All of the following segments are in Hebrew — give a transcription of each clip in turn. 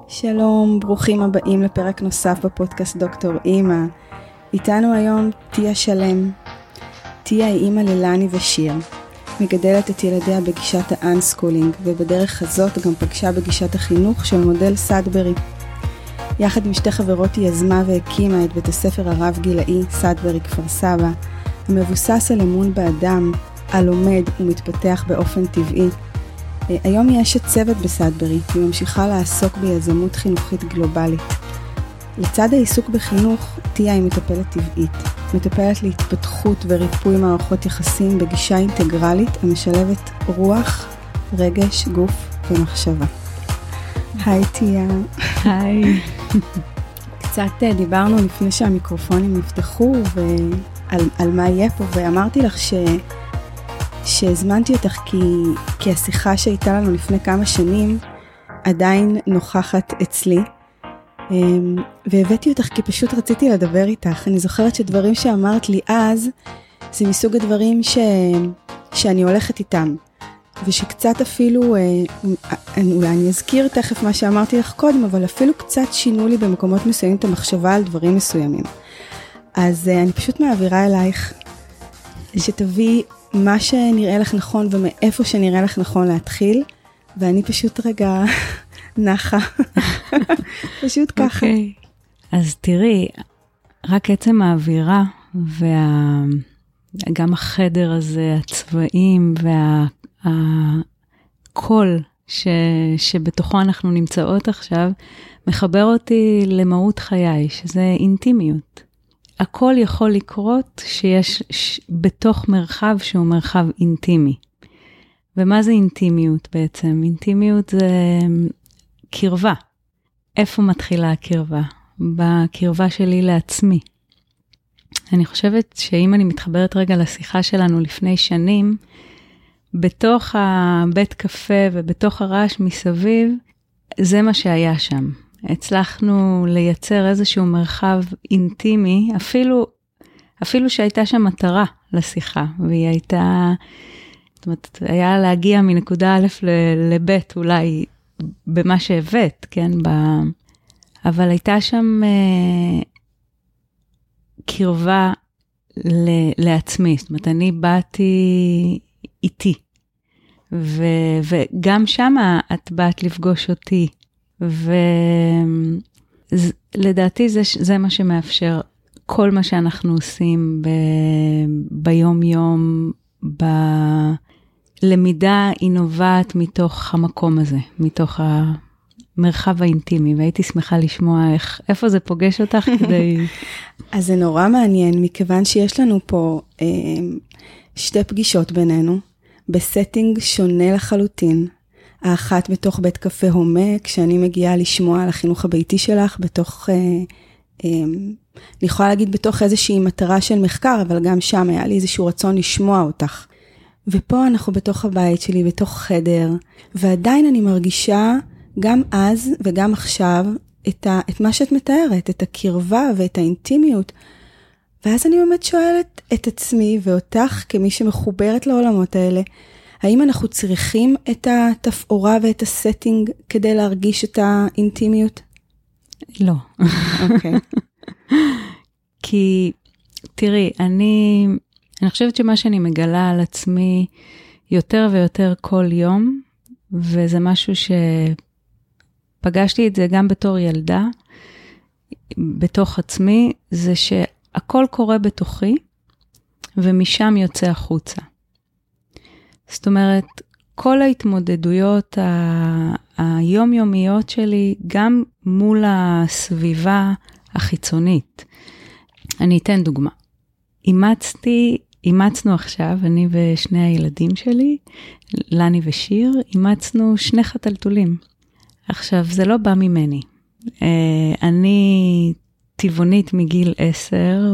שלום, ברוכים הבאים לפרק נוסף בפודקאסט דוקטור אימא. איתנו היום תיה שלם. תיה היא אימא ללני ושיר. מגדלת את ילדיה בגישת האנסקולינג, ובדרך הזאת גם פגשה בגישת החינוך של מודל סאדברי. יחד עם שתי חברות היא יזמה והקימה את בית הספר הרב גילאי סאדברי כפר סבא, המבוסס על אמון באדם, הלומד ומתפתח באופן טבעי. היום היא אשת צוות בסאדברי, היא ממשיכה לעסוק ביזמות חינוכית גלובלית. לצד העיסוק בחינוך, תיה היא מטפלת טבעית, מטפלת להתפתחות וריפוי מערכות יחסים בגישה אינטגרלית המשלבת רוח, רגש, גוף ומחשבה. היי תיה. היי. קצת דיברנו לפני שהמיקרופונים נפתחו ועל מה יהיה פה, ואמרתי לך שהזמנתי אותך כי השיחה שהייתה לנו לפני כמה שנים עדיין נוכחת אצלי, והבאתי אותך כי פשוט רציתי לדבר איתך. אני זוכרת שדברים שאמרת לי אז זה מסוג הדברים שאני הולכת איתם, ושקצת אפילו, אולי אני אזכיר תכף מה שאמרתי לך קודם, אבל אפילו קצת שינו לי במקומות מסוימים את המחשבה על דברים מסוימים. אז אני פשוט מעבירה אלייך שתביא מה שנראה לך נכון ומאיפה שנראה לך נכון להתחיל, ואני פשוט רגע נחה. פשוט ככה. אז תראי, רק עצם האווירה וגם החדר הזה, הצבעים והקול שבתוכו אנחנו נמצאות עכשיו, מחבר אותי למהות חיי, שזה אינטימיות. הכל יכול לקרות שיש בתוך מרחב שהוא מרחב אינטימי. ומה זה אינטימיות בעצם? אינטימיות זה קרבה. איפה מתחילה הקרבה? בקרבה שלי לעצמי. אני חושבת שאם אני מתחברת רגע לשיחה שלנו לפני שנים, בתוך הבית קפה ובתוך הרעש מסביב, זה מה שהיה שם. הצלחנו לייצר איזשהו מרחב אינטימי, אפילו שהייתה שם מטרה לשיחה, והיא הייתה, זאת אומרת, היה להגיע מנקודה א' לב' אולי במה שהבאת, כן? אבל הייתה שם קרבה לעצמי, זאת אומרת, אני באתי איתי, וגם שם את באת לפגוש אותי, ולדעתי זה מה שמאפשר כל מה שאנחנו עושים ביום יום, בלמידה היא נובעת מתוך המקום הזה, מתוך המרחב האינטימי, והייתי שמחה לשמוע איפה זה פוגש אותך כדי... אז זה נורא מעניין, מכיוון שיש לנו פה שתי פגישות בינינו, בסטינג שונה לחלוטין, האחת בתוך בית קפה הומה, כשאני מגיעה לשמוע על החינוך הביתי שלך, בתוך, אני יכולה להגיד בתוך איזושהי מטרה של מחקר, אבל גם שם היה לי איזשהו רצון לשמוע אותך. ופה אנחנו בתוך הבית שלי, בתוך חדר, ועדיין אני מרגישה, גם אז וגם עכשיו, את מה שאת מתארת, את הקרבה ואת האינטימיות. ואז אני באמת שואלת את עצמי ואותך, כמי שמחוברת לעולמות האלה, האם אנחנו צריכים את התפאורה ואת הסטינג כדי להרגיש את האינטימיות? לא. אוקיי. כי, תראי, אני חושבת שמה שאני מגלה על עצמי יותר ויותר כל יום, וזה משהו שפגשתי את זה גם בתור ילדה, בתוך עצמי, זה שהכל קורה בתוכי, ומשם יוצא החוצה. זאת אומרת, כל ההתמודדויות היומיומיות שלי, גם מול הסביבה החיצונית. אני אתן דוגמה. אימצנו עכשיו, אני ושני הילדים שלי, לני ושיר, אימצנו 2 חתלתולים. עכשיו, זה לא בא ממני. אני טבעונית מגיל 10,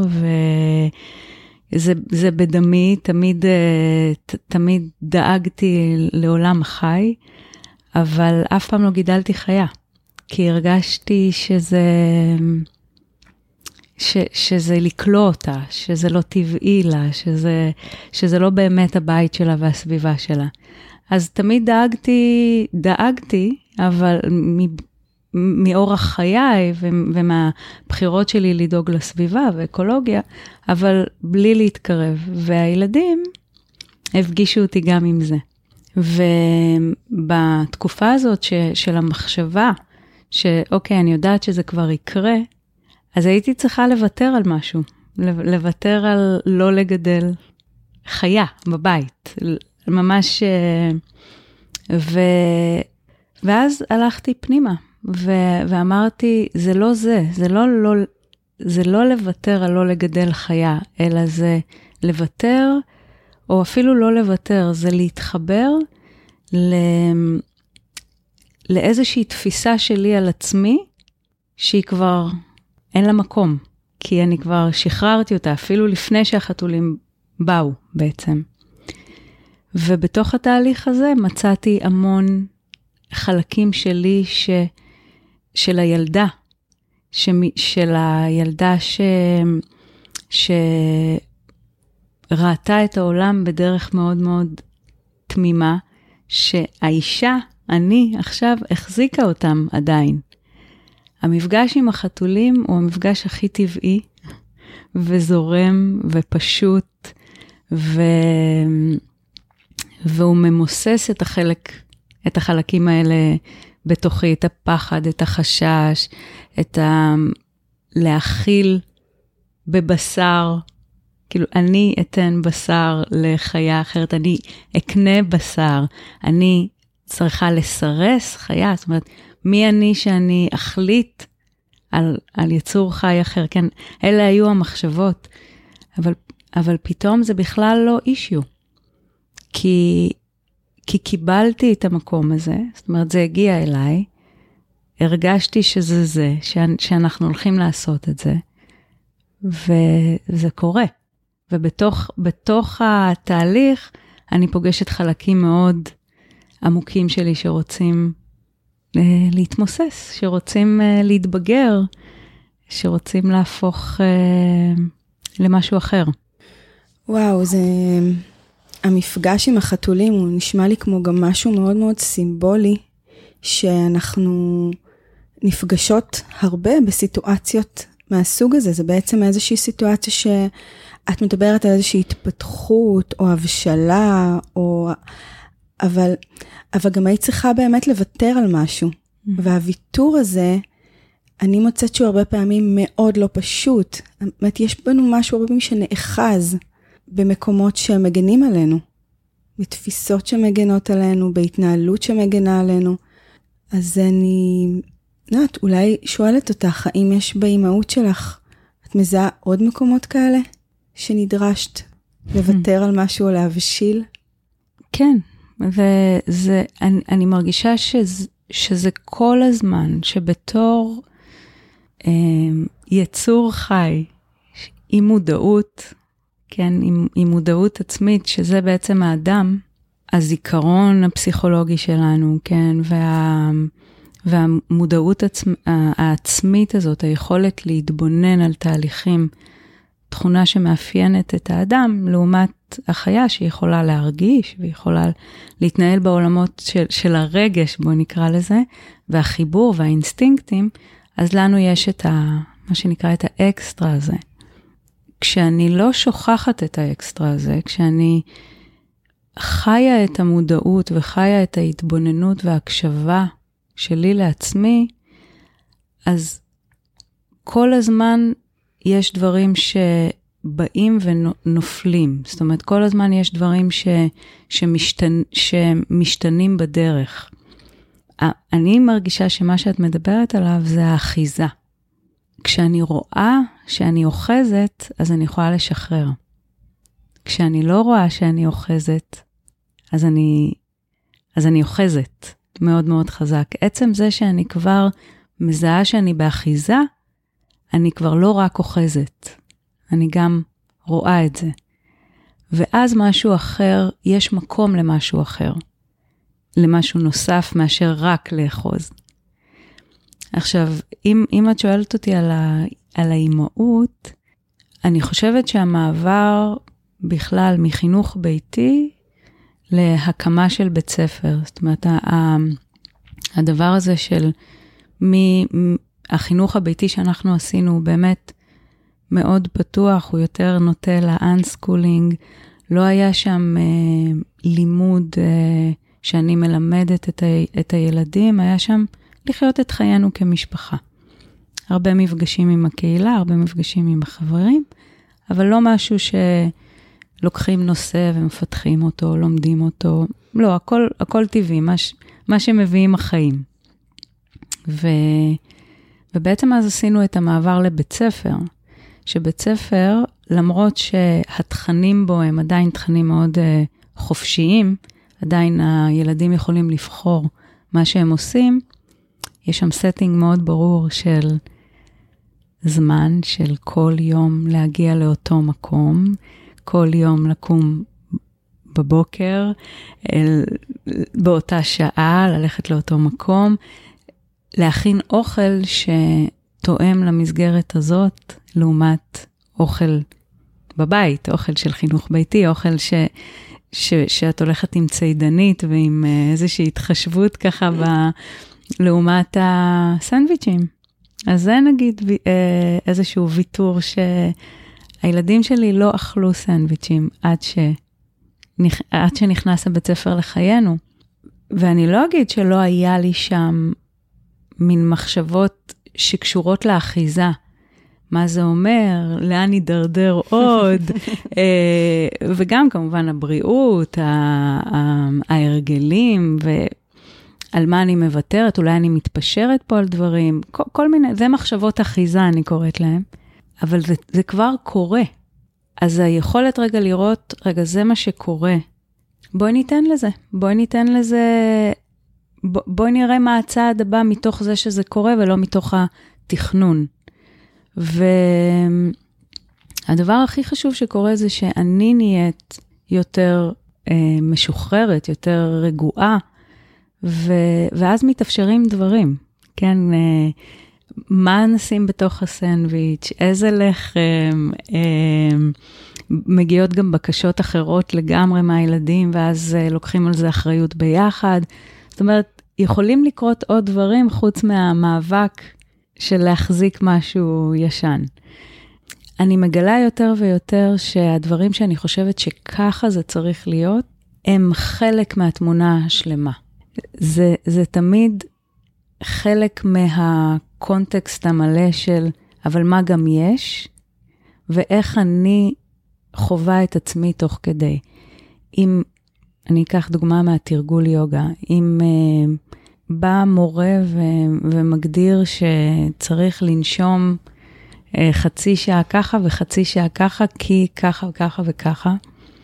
זה בדמי, תמיד דאגתי לעולם החי, אבל אף פעם לא גידלתי חיה, כי הרגשתי שזה לקלוא אותה, שזה לא טבעי לה, שזה לא באמת הבית שלה והסביבה שלה. אז תמיד דאגתי, אבל מאורח חיי ומהבחירות שלי לדאוג לסביבה ואקולוגיה, אבל בלי להתקרב. והילדים הפגישו אותי גם עם זה. ובתקופה הזאת של המחשבה, שאוקיי, אני יודעת שזה כבר יקרה, אז הייתי צריכה לוותר על משהו, לוותר על לא לגדל חיה בבית, ממש, ואז הלכתי פנימה, ואמרתי, זה לא זה, זה לא לוותר על לא לגדל חיה, אלא זה לוותר, או אפילו לא לוותר, זה להתחבר לאיזושהי תפיסה שלי על עצמי, שהיא כבר אין לה מקום, כי אני כבר שחררתי אותה, אפילו לפני שהחתולים באו בעצם. ובתוך התהליך הזה מצאתי המון חלקים שלי של הילדה, של הילדה שראתה את העולם בדרך מאוד מאוד תמימה, שהאישה, אני עכשיו החזיקה אותם עדיין. המפגש עם החתולים הוא המפגש הכי טבעי, וזורם ופשוט, והוא ממוסס את החלקים האלה בתוכי, את הפחד, את החשש, להכיל בבשר, כאילו אני אתן בשר לחיה אחרת, אני אקנה בשר, אני צריכה לסרס חיה, זאת אומרת, מי אני שאני אחליט על יצור חי אחר, כן, אלה היו המחשבות, אבל פתאום זה בכלל לא אישיו, כי קיבלתי את המקום הזה, זאת אומרת, זה הגיע אליי, הרגשתי שזה זה, שאנחנו הולכים לעשות את זה, וזה קורה. ובתוך התהליך, אני פוגשת חלקים מאוד עמוקים שלי, שרוצים להתמוסס, שרוצים להתבגר, שרוצים להפוך למשהו אחר. וואו, המפגש עם החתולים הוא נשמע לי כמו גם משהו מאוד מאוד סימבולי, שאנחנו נפגשות הרבה בסיטואציות מהסוג הזה. זה בעצם איזושהי סיטואציה שאת מדברת על איזושהי התפתחות או הבשלה, אבל גם היית צריכה באמת לוותר על משהו. והוויתור הזה, אני מוצאת שהוא הרבה פעמים מאוד לא פשוט. זאת אומרת, יש בנו משהו הרבה פעמים שנאחז במקומות שמגנים עלינו, בתפיסות שמגנות עלינו, בהתנהלות שמגנה עלינו. אז אני אולי שואלת אותך, האם יש באימהות שלך, את מזהה עוד מקומות כאלה שנדרשת לוותר על משהו או להבשיל? כן, אני מרגישה שזה כל הזמן, שבתור יצור חי, עם מודעות, כן, עם מודעות עצמית, שזה בעצם האדם, הזיכרון הפסיכולוגי שלנו, כן, והמודעות העצמית הזאת, היכולת להתבונן על תהליכים, תכונה שמאפיינת את האדם, לעומת החיה שיכולה להרגיש, ויכולה להתנהל בעולמות של הרגש, בוא נקרא לזה, והחיבור והאינסטינקטים, אז לנו יש מה שנקרא את האקסטרה הזה. כשאני לא שוכחת את האקסטרה הזה, כשאני חיה את המודעות וחיה את ההתבוננות וההקשבה שלי לעצמי, אז כל הזמן יש דברים שבאים ונופלים. זאת אומרת, כל הזמן יש דברים שמשתנים בדרך. אני מרגישה שמה שאת מדברת עליו זה האחיזה. כשאני רואה שאני אוחזת, אז אני יכולה לשחרר. כשאני לא רואה שאני אוחזת, אז אני אוחזת מאוד מאוד חזק. עצם זה שאני כבר מזהה שאני באחיזה, אני כבר לא רק אוחזת, אני גם רואה את זה. ואז משהו אחר, יש מקום למשהו אחר, למשהו נוסף מאשר רק לאחוז. עכשיו, אם את שואלת אותי על האימהות, אני חושבת שהמעבר בכלל מחינוך ביתי להקמה של בית ספר, זאת אומרת, הדבר הזה של החינוך הביתי שאנחנו עשינו באמת מאוד פתוח, הוא יותר נוטה לאנסקולינג, לא היה שם לימוד שאני מלמדת את הילדים, היה שם לחיות את חיינו כמשפחה. הרבה מפגשים עם הקהילה, הרבה מפגשים עם החברים, אבל לא משהו שלוקחים נושא ומפתחים אותו, לומדים אותו. לא, הכל טבעי, מה שמביאים החיים. ובעצם אז עשינו את המעבר לבית ספר, שבית ספר, למרות שהתכנים בו הם עדיין תכנים מאוד חופשיים, עדיין הילדים יכולים לבחור מה שהם עושים, יש שם סטינג מאוד ברור של זמן, של כל יום להגיע לאותו מקום, כל יום לקום בבוקר, באותה שעה, ללכת לאותו מקום, להכין אוכל שתואם למסגרת הזאת, לעומת אוכל בבית, אוכל של חינוך ביתי, אוכל שאת הולכת עם ציידנית ועם איזושהי התחשבות ככה לעומת הסנדוויצ'ים. אז זה נגיד איזשהו ויתור שהילדים שלי לא אכלו סנדוויצ'ים עד שנכנס הבית ספר לחיינו. ואני לא אגיד שלא היה לי שם מין מחשבות שקשורות לאחיזה. מה זה אומר, לאן יידרדר עוד, וגם כמובן הבריאות, ההרגלים, ועל מה אני מוותרת, אולי אני מתפשרת פה על דברים, כל מיני, זה מחשבות אחיזה אני קוראת להם, אבל זה כבר קורה. אז היכולת רגע לראות, רגע זה מה שקורה, בואי ניתן לזה, בואי נראה מה הצעד הבא מתוך זה שזה קורה, ולא מתוך התכנון. והדבר הכי חשוב שקורה זה שאני נהיית יותר משוחררת, יותר רגועה, ואז מתאפשרים דברים, כן? מה נשים בתוך הסנדוויץ', איזה לחם, מגיעות גם בקשות אחרות לגמרי מהילדים, ואז לוקחים על זה אחריות ביחד. זאת אומרת, יכולים לקרות עוד דברים חוץ מהמאבק של להחזיק משהו ישן. אני מגלה יותר ויותר שהדברים שאני חושבת שככה זה צריך להיות, הם חלק מהתמונה השלמה. זה תמיד חלק מהקונטקסט המלא של, אבל מה גם יש, ואיך אני חובה את עצמי תוך כדי. אם, אני אקח דוגמה מהתרגול יוגה, אם בא מורה ומגדיר שצריך לנשום חצי שעה ככה וחצי שעה ככה, כי ככה וככה וככה,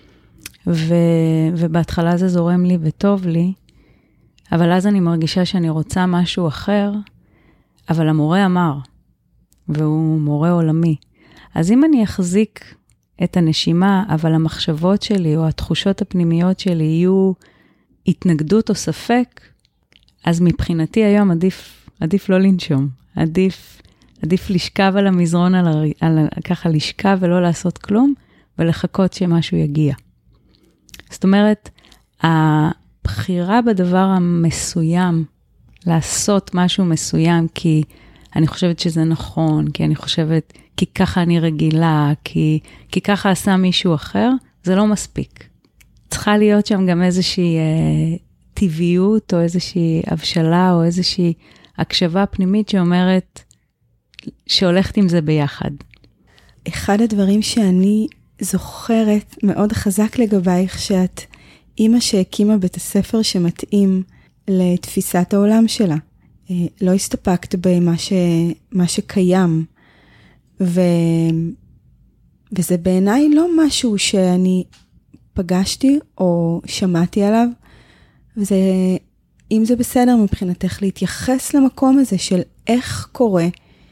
ובהתחלה זה זורם לי וטוב לי, אבל אז אני מרגישה שאני רוצה משהו אחר, אבל המורה אמר, והוא מורה עולמי. אז אם אני אחזיק את הנשימה, אבל המחשבות שלי או התחושות הפנימיות שלי יהיו התנגדות או ספק, אז מבחינתי היום עדיף לא לנשום. עדיף לשכב על המזרון, ככה לשכב ולא לעשות כלום, ולחכות שמשהו יגיע. זאת אומרת, הבחירה בדבר המסוים, לעשות משהו מסוים, כי אני חושבת שזה נכון, כי ככה אני רגילה, כי ככה עשה מישהו אחר, זה לא מספיק. צריכה להיות שם גם איזושהי טבעיות, או איזושהי הבשלה, או איזושהי הקשבה פנימית שאומרת, שהולכת עם זה ביחד. אחד הדברים שאני זוכרת מאוד חזק לגבייך, שאת אימא שהקימה בית הספר שמתאים לתפיסת העולם שלה. לא הסתפקת במה שקיים, וזה בעיניי לא משהו שאני פגשתי או שמעתי עליו, וזה, אם זה בסדר מבחינתך להתייחס למקום הזה של איך קורה,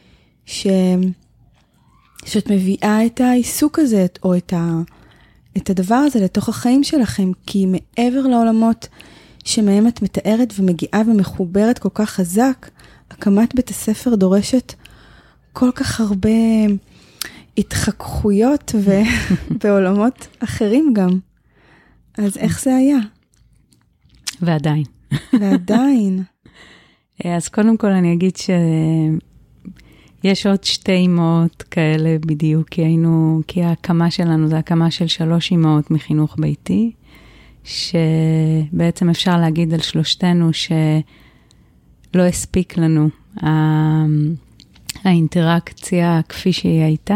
שאת מביאה את העיסוק הזה, או את הדבר הזה לתוך החיים שלכם, כי מעבר לעולמות שמהם את מתארת ומגיעה ומחוברת כל כך חזק, הקמת בית הספר דורשת כל כך הרבה התחככויות בעולמות אחרים גם. אז איך זה היה? ועדיין. ועדיין. אז קודם כל אני אגיד שיש עוד 2 אמהות כאלה בדיוק, כי ההקמה שלנו זה הקמה של 3 אמהות מחינוך ביתי, שבעצם אפשר להגיד על שלושתנו שלא הספיק לנו האינטראקציה כפי שהיא הייתה,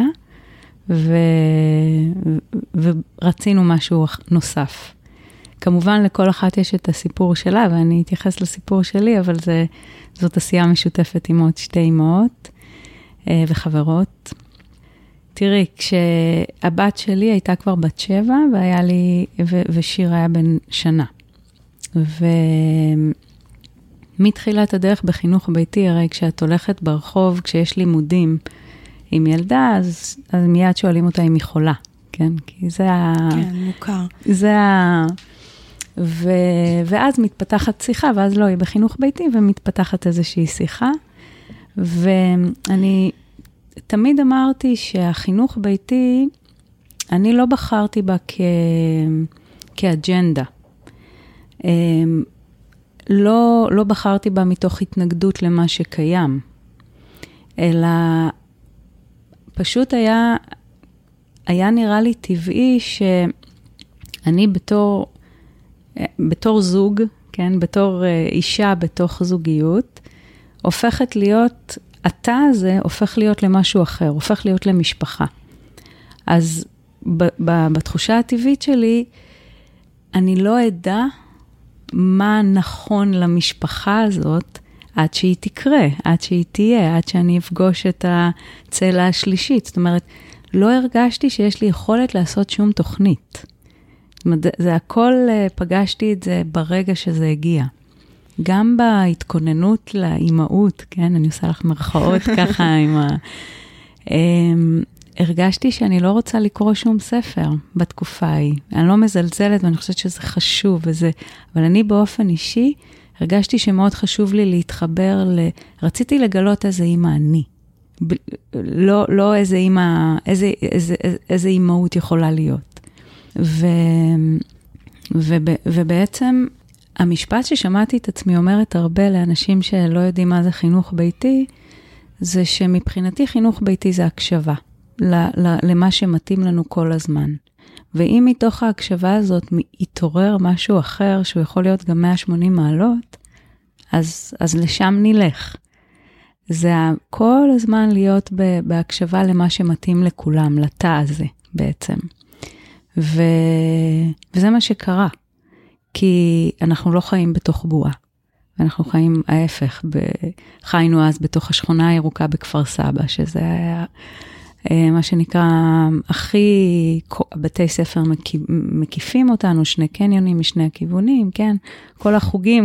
ורצינו משהו נוסף. כמובן לכל אחת יש את הסיפור שלה, ואני אתייחס לסיפור שלי, אבל זאת עשייה משותפת עם עוד 2 אמהות וחברות. תראי, כשהבת שלי הייתה כבר בת 7, ושיר היה בן שנה. ומתחילת הדרך בחינוך ביתי, הרי כשאת הולכת ברחוב, כשיש לימודים עם ילדה, אז מיד שואלים אותה אם היא חולה, כן? כי זה כן, מוכר. ואז מתפתחת שיחה, ואז לא, היא בחינוך ביתי, ומתפתחת איזושהי שיחה. ואני תמיד אמרתי שהחינוך ביתי, אני לא בחרתי בה כאג'נדה. לא בחרתי בה מתוך התנגדות למה שקיים, אלא פשוט היה נראה לי טבעי שאני בתור זוג, כן, בתור אישה בתוך זוגיות, הופכת להיות, התא הזה הופך להיות למשהו אחר, הופך להיות למשפחה. אז בתחושה הטבעית שלי, אני לא אדע מה נכון למשפחה הזאת, עד שהיא תקרה, עד שהיא תהיה, עד שאני אפגוש את הצלע השלישית. זאת אומרת, לא הרגשתי שיש לי יכולת לעשות שום תוכנית. זאת אומרת, זה הכל, פגשתי את זה ברגע שזה הגיע. גם בהתכוננות לאימהות, כן, אני עושה לך מרכאות ככה עם הרגשתי שאני לא רוצה לקרוא שום ספר בתקופה ההיא. אני לא מזלזלת ואני חושבת שזה חשוב וזה, אבל אני באופן אישי הרגשתי שמאוד חשוב לי להתחבר רציתי לגלות איזה אימא אני. לא איזה אימא, איזה אימהות יכולה להיות. ובעצם המשפט ששמעתי את עצמי אומרת הרבה לאנשים שלא יודעים מה זה חינוך ביתי, זה שמבחינתי חינוך ביתי זה הקשבה, למה שמתאים לנו כל הזמן. ואם מתוך ההקשבה הזאת יתעורר משהו אחר, שהוא יכול להיות גם 180 מעלות, אז לשם נלך. זה כל הזמן להיות בהקשבה למה שמתאים לכולם, לתא הזה בעצם. וזה מה שקרה. כי אנחנו לא חיים בתוך בועה. אנחנו חיים ההפך. חיינו אז בתוך השכונה הירוקה בכפר סבא, שזה היה מה שנקרא, הכי בתי ספר מקיפים אותנו, 2 קניונים משני הכיוונים, כן? כל החוגים,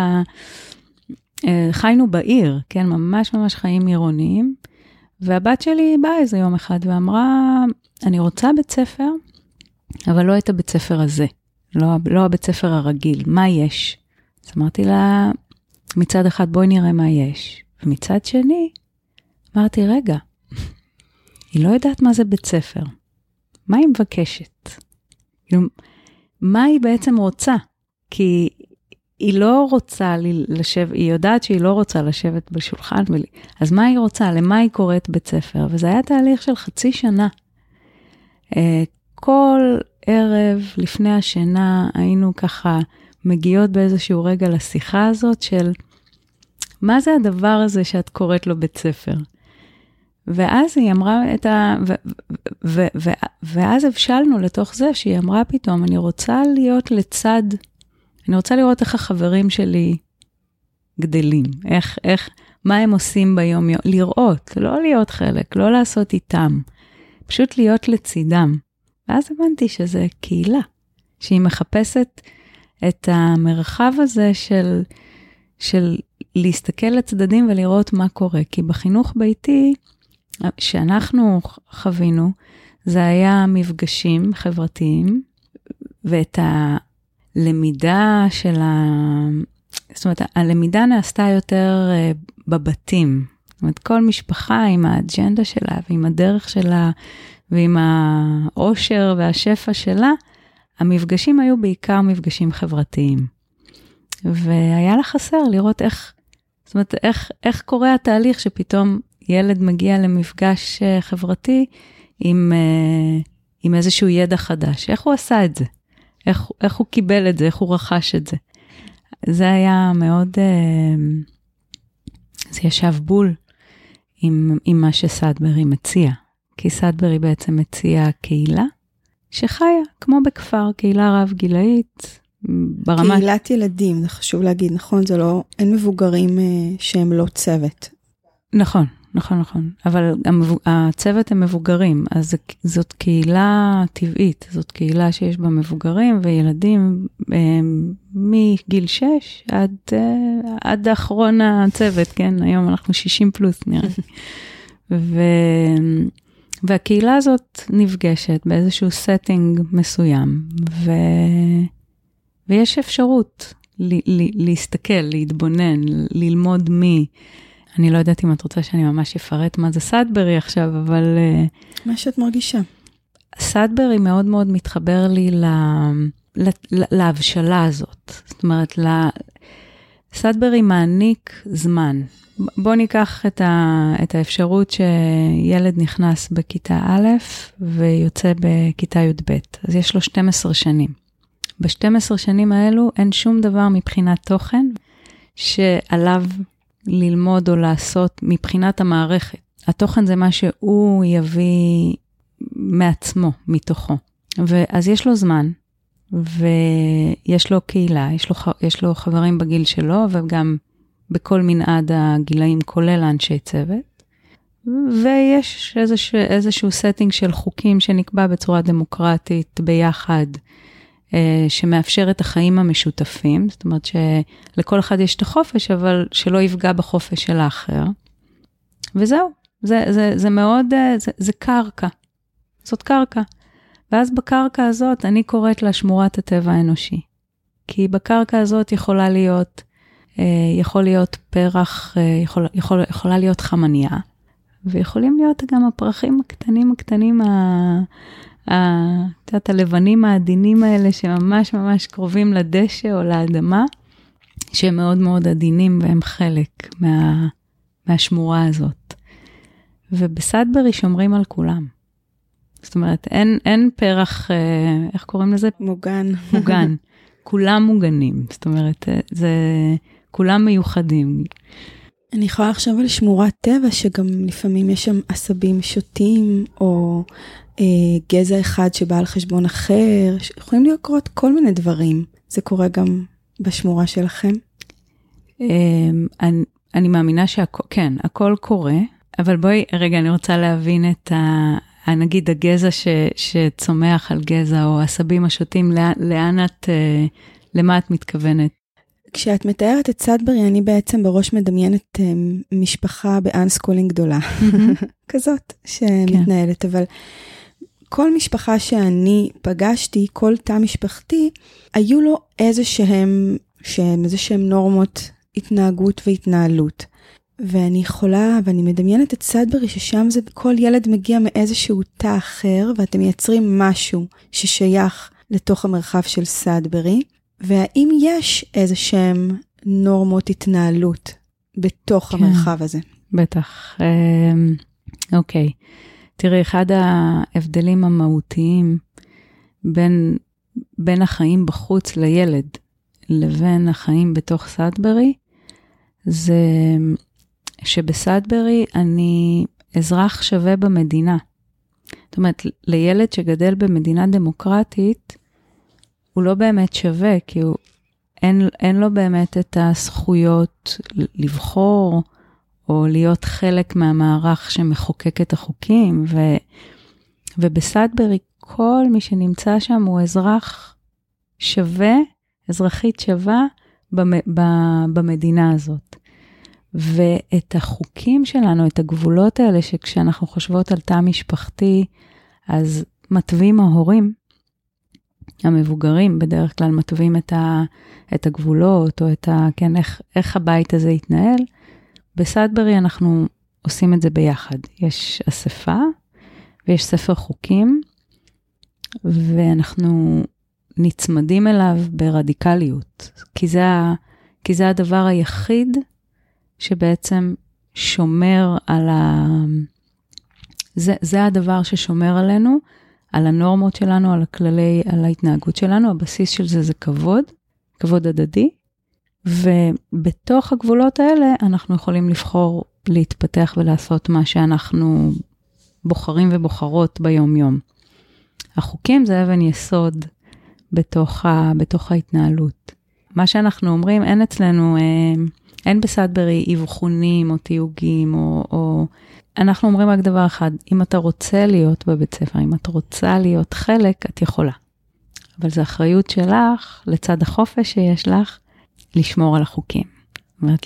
חיינו בעיר, כן? ממש ממש חיים עירוניים. והבת שלי באה איזה יום אחד ואמרה, אני רוצה בית ספר, אבל לא את הבית ספר הזה. לא הבית ספר הרגיל. מה יש? אז אמרתי לה, מצד אחד בואי נראה מה יש. ומצד שני, אמרתי, רגע, היא לא יודעת מה זה בית ספר. מה היא מבקשת? מה היא בעצם רוצה? כי היא לא רוצה לשבת, היא יודעת שהיא לא רוצה לשבת בשולחן, אז מה היא רוצה? למה היא קוראת בית ספר? וזה היה תהליך של 0.5 שנה. כל ערב לפני השינה היינו ככה מגיעות באיזשהו רגע לשיחה הזאת של מה זה הדבר הזה שאת קוראת לו בית ספר? ואז היא אמרה ואז הבשלנו לתוך זה שהיא אמרה פתאום, אני רוצה להיות לצד, אני רוצה לראות איך החברים שלי גדלים, מה הם עושים ביום יום, לראות, לא להיות חלק, לא לעשות איתם, פשוט להיות לצידם. ואז הבנתי שזה קהילה, שהיא מחפשת את המרחב הזה של להסתכל לצדדים ולראות מה קורה. כי בחינוך ביתי שאנחנו חווינו, זה היה מפגשים חברתיים, ואת הלמידה זאת אומרת, הלמידה נעשתה יותר בבתים. זאת אומרת, כל משפחה עם האג'נדה שלה ועם הדרך שלה, ועם העושר והשפע שלה, המפגשים היו בעיקר מפגשים חברתיים. והיה לה חסר לראות איך זאת אומרת, איך קורה התהליך שפתאום ילד מגיע למפגש חברתי עם איזשהו ידע חדש? איך הוא עשה את זה? איך הוא קיבל את זה? איך הוא רכש את זה? זה היה מאוד, זה ישב בול עם מה שסאדברי מציע. כי סאדברי בעצם מציע קהילה שחיה, כמו בכפר, קהילה רב גילאית, קהילת ילדים, זה חשוב להגיד, נכון? זה לא, אין מבוגרים שהם לא צוות. נכון. אבל הצוות הם מבוגרים, אז זאת קהילה טבעית, זאת קהילה שיש בה מבוגרים וילדים מגיל 6 עד האחרון הצוות, כן? היום אנחנו 60 פלוס נראה. והקהילה הזאת נפגשת באיזשהו setting מסוים, ויש אפשרות להסתכל, להתבונן, ללמוד אני לא יודעת אם את רוצה שאני ממש אפרט מה זה סאדברי עכשיו, אבל מה שאת מרגישה. סאדברי מאוד מאוד מתחבר לי להבשלה הזאת. זאת אומרת, סאדברי מעניק זמן. בוא ניקח את האפשרות שילד נכנס בכיתה א' ויוצא בכיתה י"ב. אז יש לו 12 שנים. ב-12 שנים האלו אין שום דבר מבחינת תוכן שעליו ללמוד או לעשות מבחינת המערכת. התוכן זה מה שהוא יביא מעצמו, מתוכו. אז יש לו זמן, ויש לו קהילה, יש לו חברים בגיל שלו, וגם בכל מנעד הגילאים, כולל אנשי צוות. ויש איזשהו setting של חוקים שנקבע בצורה דמוקרטית ביחד, שמאפשר את החיים המשותפים, זאת אומרת שלכל אחד יש את החופש, אבל שלא יפגע בחופש של האחר. וזהו, זה מאוד, זה קרקע. זאת קרקע. ואז בקרקע הזאת אני קוראת לה שמורת הטבע האנושי. כי בקרקע הזאת יכול להיות פרח, יכולה להיות חמניה, ויכולים להיות גם הפרחים הקטנים, הלבנים העדינים האלה, שממש ממש קרובים לדשא או לאדמה, שהם מאוד מאוד עדינים, והם חלק מהשמורה הזאת. ובסאדברי שומרים על כולם. זאת אומרת, אין פרח, איך קוראים לזה? מוגן. כולם מוגנים. זאת אומרת, כולם מיוחדים. אני יכולה לחשוב על שמורת טבע, שגם לפעמים יש שם עשבים שוטים, או גזע אחד שבא על חשבון אחר, יכולים לקרות כל מיני דברים. זה קורה גם בשמורה שלכם? אני מאמינה כן, הכל קורה, אבל בואי, רגע, אני רוצה להבין את נגיד הגזע שצומח על גזע, או עשבים השוטים, למה את מתכוונת? כשאת מתארת את סאדברי, אני בעצם בראש מדמיינת משפחה באנסקולינג גדולה, כזאת שמתנהלת, אבל כל משפחה שאני פגשתי, כל תא משפחתי, היו לו איזשהם נורמות התנהגות והתנהלות. ואני מדמיינת את סאדברי ששם זה כל ילד מגיע מאיזשהו תא אחר, ואתם מייצרים משהו ששייך לתוך המרחב של סאדברי, והאם יש איזשהם נורמות התנהלות בתוך המרחב הזה? בטח. אוקיי. תראי, אחד ההבדלים המהותיים בין החיים בחוץ לילד לבין החיים בתוך סאדברי, זה שבסאדברי אני אזרח שווה במדינה. זאת אומרת, לילד שגדל במדינה דמוקרטית, הוא לא באמת שווה, כי אין לו באמת את הזכויות לבחור, או להיות חלק מהמערך שמחוקק את החוקים, ובסאדברי כל מי שנמצא שם הוא אזרח שווה, אזרחית שווה במדינה הזאת. ואת החוקים שלנו, את הגבולות האלה, שכשאנחנו חושבות על תא משפחתי, אז מטווים ההורים, המבוגרים בדרך כלל מטווים את הגבולות, או כן, איך הבית הזה יתנהל. בסאדברי אנחנו עושים את זה ביחד. יש אספה, ויש ספר חוקים, ואנחנו נצמדים אליו ברדיקליות, כי זה הדבר היחיד שבעצם שומר על זה הדבר ששומר עלינו, על הנורמות שלנו, על הכללי, על ההתנהגות שלנו. הבסיס של זה כבוד הדדי, ובתוך הגבולות האלה אנחנו יכולים לבחור להתפתח ולעשות מה שאנחנו בוחרים ובוחרות ביום יום. החוקים זה אבן יסוד בתוך ההתנהלות. מה שאנחנו אומרים, אין אצלנו, אין בסדברי אבחונים או תיוגים, או אנחנו אומרים רק דבר אחד, אם אתה רוצה להיות בבית ספר, אם את רוצה להיות חלק, את יכולה. אבל זו אחריות שלך, לצד החופש שיש לך, לשמור על החוקים. זאת אומרת,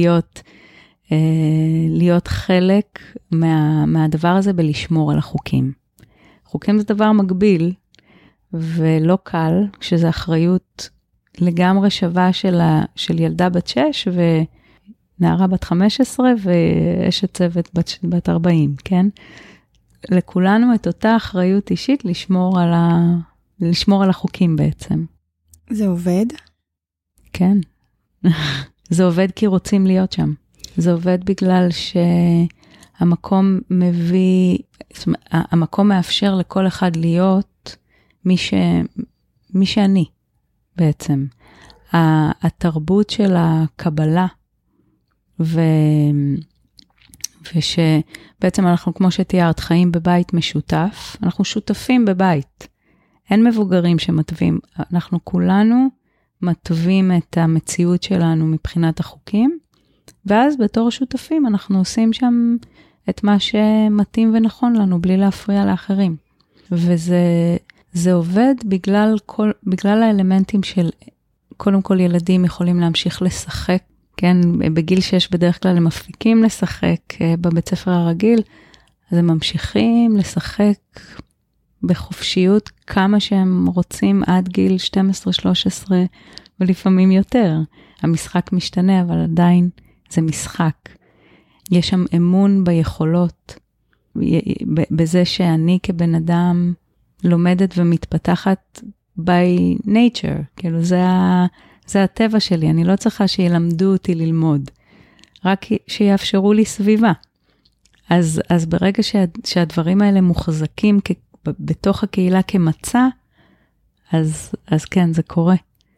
להיות חלק מהדבר הזה בלשמור על החוקים. חוקים זה דבר מגביל, ולא קל, כשזו אחריות לגמרי שווה של ילדה בת 6, ונערה בת 15, ואשת צוות בת 40, כן? לכולנו את אותה אחריות אישית לשמור על החוקים בעצם. זה עובד? כן. זה עובד כי רוצים להיות שם. זה עובד בגלל שהמקום המקום מאפשר לכל אחד להיות מי שאני בעצם. התרבות של הקבלה, ושבעצם אנחנו, כמו שתיארת, חיים בבית משותף, אנחנו שותפים בבית. אין מבוגרים שמטווים, אנחנו כולנו מטווים את המציאות שלנו מבחינת החוקים, ואז בתור שותפים אנחנו עושים שם את מה שמתאים ונכון לנו, בלי להפריע לאחרים. וזה עובד בגלל האלמנטים של, קודם כל ילדים יכולים להמשיך לשחק, כן, בגיל 6 בדרך כלל הם מפסיקים לשחק בבית ספר הרגיל, אז הם ממשיכים לשחק בחופשיות כמה שהם רוצים עד גיל 12-13 ולפעמים יותר. המשחק משתנה, אבל עדיין זה משחק. יש שם אמון ביכולות, בזה שאני כבן אדם לומדת ומתפתחת by nature, כאילו זה הטבע שלי, אני לא צריכה שילמדו אותי ללמוד, רק שיאפשרו לי סביבה. אז ברגע שהדברים האלה מוחזקים בתוך הקהילה כמצע, אז כן, זה קורה.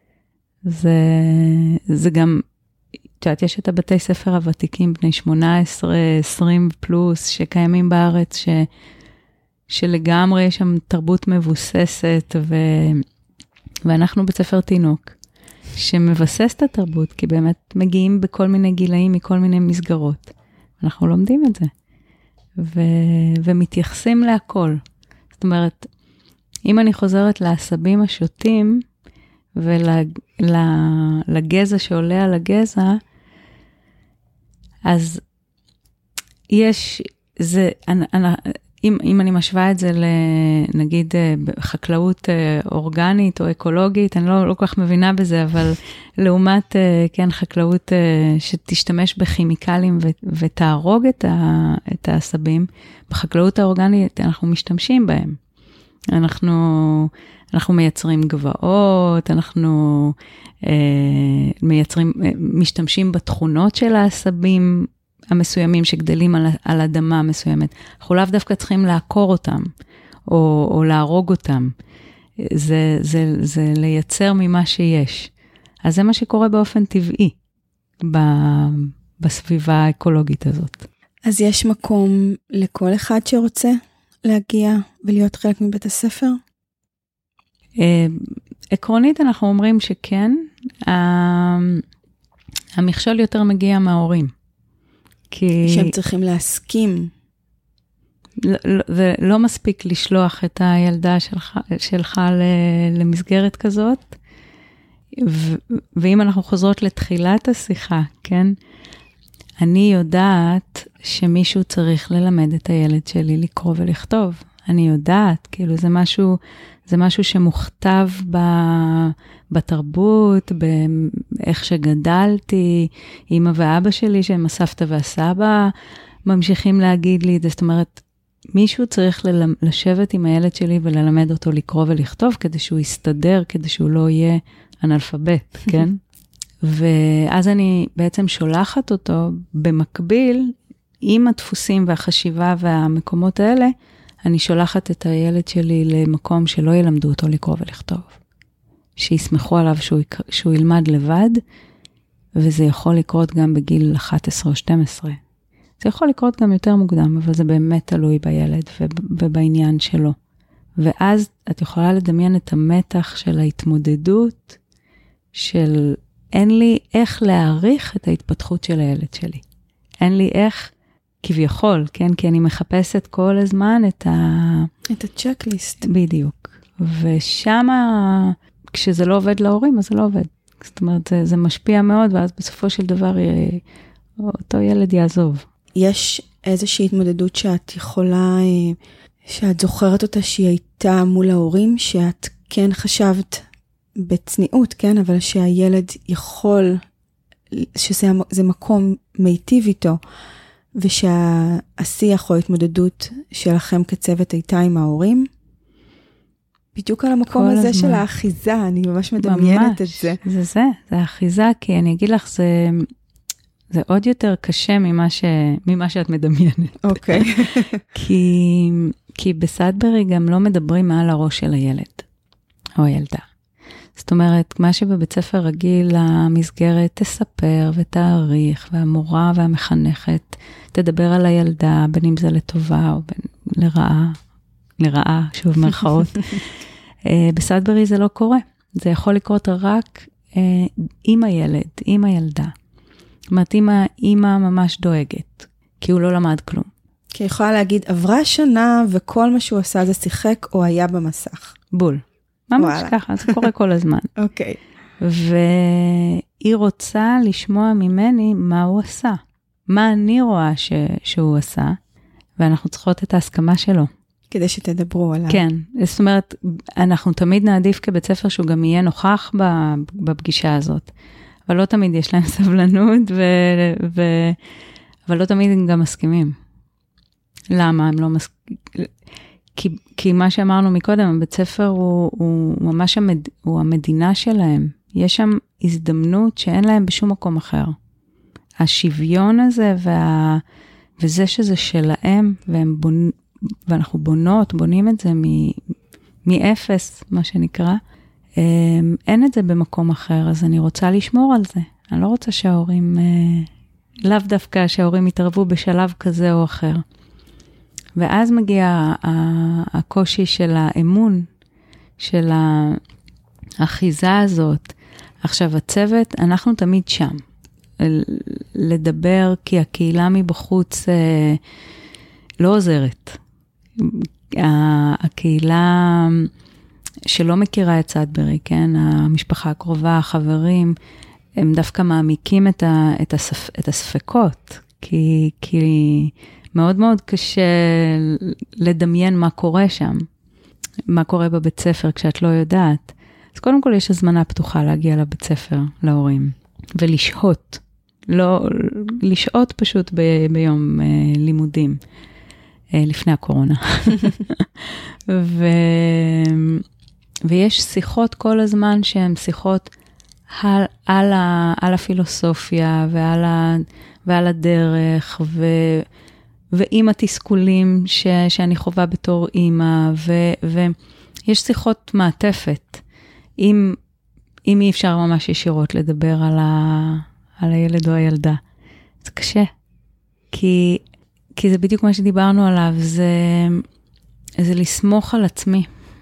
זה גם, יש את הבתי ספר הוותיקים, בני 18, 20 פלוס, שקיימים בארץ, שלגמרי יש שם תרבות מבוססת, ואנחנו בית ספר תינוק, שמבסס את התרבות, כי באמת מגיעים בכל מיני גילאים, מכל מיני מסגרות. אנחנו לומדים את זה. ומתייחסים להכל. זאת אומרת, אם אני חוזרת לעשבים השוטים, ולגזע שעולה על הגזע, אז יש, אם אני משווה את זה נגיד חקלאות אורגנית או אקולוגית, אני לא כל כך מבינה בזה, אבל לעומת כן חקלאות שתשתמש בכימיקלים ותהרוג את העשבים, בחקלאות האורגנית אנחנו משתמשים בהם. אנחנו מייצרים גבעות, אנחנו משתמשים בתכונות של העשבים המסוימים שגדלים על אדמה מסוימת. אנחנו לאו דווקא צריכים לעקור אותם, או להרוג אותם. זה לייצר ממה שיש. אז זה מה שקורה באופן טבעי, בסביבה האקולוגית הזאת. אז יש מקום לכל אחד שרוצה להגיע ולהיות חלק מבית הספר? עקרונית אנחנו אומרים שכן, המכשול יותר מגיע מההורים. שהם צריכים להסכים. זה לא מספיק לשלוח את הילדה שלך למסגרת כזאת, ואם אנחנו חוזרות לתחילת השיחה, כן? אני יודעת שמישהו צריך ללמד את הילד שלי לקרוא ולכתוב. אני יודעת, כאילו זה משהו שמוכתב בתרבות, באיך שגדלתי, אמא ואבא שלי, שהם הסבתא והסבא, ממשיכים להגיד לי את זה. זאת אומרת, מישהו צריך לשבת עם הילד שלי וללמד אותו לקרוא ולכתוב, כדי שהוא יסתדר, כדי שהוא לא יהיה אנאלפבית, כן? ואז אני בעצם שולחת אותו במקביל, עם הדפוסים והחשיבה והמקומות האלה, אני שולחת את הילד שלי למקום שלא ילמדו אותו לקרוא ולכתוב. שיסמכו עליו שהוא ילמד לבד, וזה יכול לקרות גם בגיל 11 או 12. זה יכול לקרות גם יותר מוקדם, אבל זה באמת תלוי בילד ובעניין שלו. ואז את יכולה לדמיין את המתח של ההתמודדות, של אין לי איך להעריך את ההתפתחות של הילד שלי. אין לי איך, כביכול, כן? כי אני מחפשת כל הזמן את הצ'קליסט. בדיוק. ושם, כשזה לא עובד להורים, אז זה לא עובד. זאת אומרת, זה משפיע מאוד, ואז בסופו של דבר, אותו ילד יעזוב. יש איזושהי התמודדות שאת יכולה, שאת זוכרת אותה שהיא הייתה מול ההורים, שאת כן חשבת בצניעות, כן? אבל שהילד יכול, שזה מקום מיטיב איתו, ושהשיח או ההתמודדות שלכם כצוות הייתה עם ההורים, בדיוק על המקום הזה של האחיזה, אני ממש מדמיינת את זה. זה האחיזה, כי אני אגיד לך, זה עוד יותר קשה ממה שאת מדמיינת. אוקיי. כי בסדברי גם לא מדברים מעל הראש של הילד, או הילדה. זאת אומרת, מה שבבית ספר רגיל, המסגרת תספר ותאריך, והמורה והמחנכת תדבר על הילדה, בין אם זה לטובה או בין לרעה, שוב מרכאות. בסדברי זה לא קורה. זה יכול לקרות רק עם הילד, עם הילדה. זאת אומרת, אמא ממש דואגת, כי הוא לא למד כלום. כי היא יכולה להגיד, עברה שנה וכל מה שהוא עשה זה שיחק או היה במסך. בול. ממש ככה, זה קורה כל הזמן. אוקיי. והיא רוצה לשמוע ממני מה הוא עשה. מה אני רואה שהוא עשה, ואנחנו צריכות את ההסכמה שלו. כדי שתדברו עליו. כן, זאת אומרת, אנחנו תמיד נעדיף כבית ספר שהוא גם יהיה נוכח בפגישה הזאת. אבל לא תמיד יש להם סבלנות, אבל לא תמיד הם גם מסכימים. למה הם לא מסכימים? כי מה שאמרנו מקודם, הבית ספר הוא ממש הוא המדינה שלהם. יש שם הזדמנות שאין להם בשום מקום אחר. השוויון הזה וזה שזה שלהם, ואנחנו בונים את זה מאפס, מה שנקרא, אין את זה במקום אחר, אז אני רוצה לשמור על זה. אני לא רוצה שההורים, לאו דווקא שההורים יתערבו בשלב כזה או אחר. ואז מגיע הקושי של האמון, של האחיזה הזאת. עכשיו, הצוות, אנחנו תמיד שם. לדבר, כי הקהילה מבחוץ לא עוזרת. הקהילה שלא מכירה את סדברי, כן? המשפחה הקרובה, החברים, הם דווקא מעמיקים את הספקות, כי מאוד מאוד קשה לדמיין מה קורה שם, מה קורה בבית ספר כשאת לא יודעת. אז קודם כל יש הזמנה פתוחה להגיע לבית ספר, להורים, ולשהות. לשהות פשוט ביום לימודים, לפני הקורונה. ויש שיחות כל הזמן שהן שיחות על הפילוסופיה ועל הדרך ועם התסכולים שאני חווה בתור אימא, ויש שיחות מעטפת, אם אי אפשר ממש ישירות לדבר על הילד או הילדה. זה קשה, כי זה בדיוק מה שדיברנו עליו, זה לסמוך על עצמי,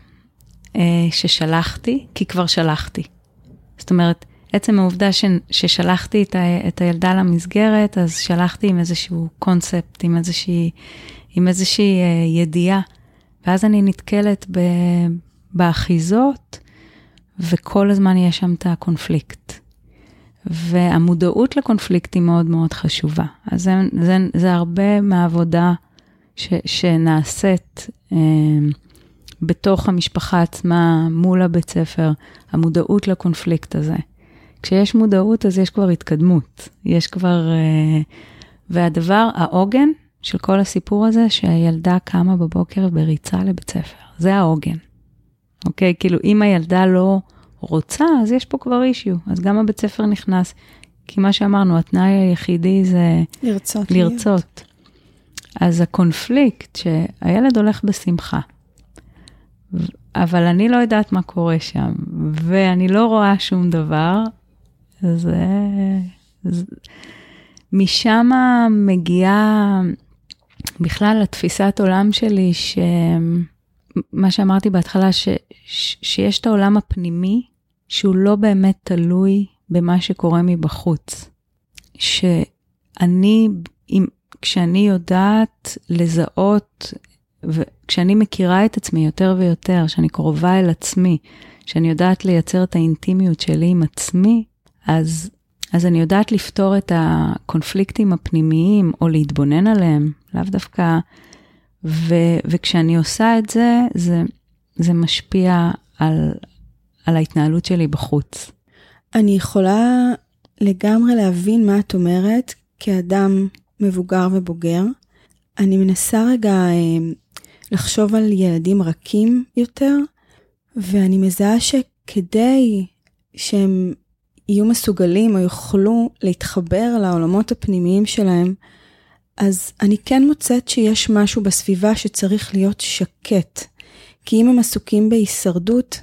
ששלחתי, כי כבר שלחתי. זאת אומרת, עצם העובדה ששלחתי את הילדה למסגרת, אז שלחתי עם איזשהו קונספט, עם איזושהי ידיעה, ואז אני נתקלת באחיזות, וכל הזמן יש שם את הקונפליקט. והמודעות לקונפליקט היא מאוד מאוד חשובה. אז זה הרבה מהעבודה שנעשית בתוך המשפחה עצמה, מול הבית ספר, המודעות לקונפליקט הזה. כשיש מודעות, אז יש כבר התקדמות. יש כבר, והדבר, העוגן של כל הסיפור הזה, שהילדה קמה בבוקר בריצה לבית ספר. זה העוגן. אוקיי? כאילו, אם הילדה לא רוצה, אז יש פה כבר אישיו. אז גם הבית ספר נכנס, כי מה שאמרנו, התנאי היחידי זה לרצות. אז הקונפליקט שהילד הולך בשמחה, אבל אני לא יודעת מה קורה שם, ואני לא רואה שום דבר, אז משם מגיעה בכלל לתפיסת עולם שלי, מה שאמרתי בהתחלה, שיש את העולם הפנימי, שהוא לא באמת תלוי במה שקורה מבחוץ. כשאני יודעת לזהות, וכשאני מכירה את עצמי יותר ויותר, שאני קרובה אל עצמי, שאני יודעת לייצר את האינטימיות שלי עם עצמי, אז אני יודעת לפתור את הקונפליקטים הפנימיים, או להתבונן עליהם, לאו דווקא, וכשאני עושה את זה, זה משפיע על ההתנהלות שלי בחוץ. אני יכולה לגמרי להבין מה את אומרת, כאדם מבוגר ובוגר. אני מנסה רגע לחשוב על ילדים רכים יותר, ואני מזהה שכדי שהם יהיו מסוגלים או יוכלו להתחבר לעולמות הפנימיים שלהם, אז אני כן מוצאת שיש משהו בסביבה שצריך להיות שקט. כי אם הם עסוקים בהישרדות,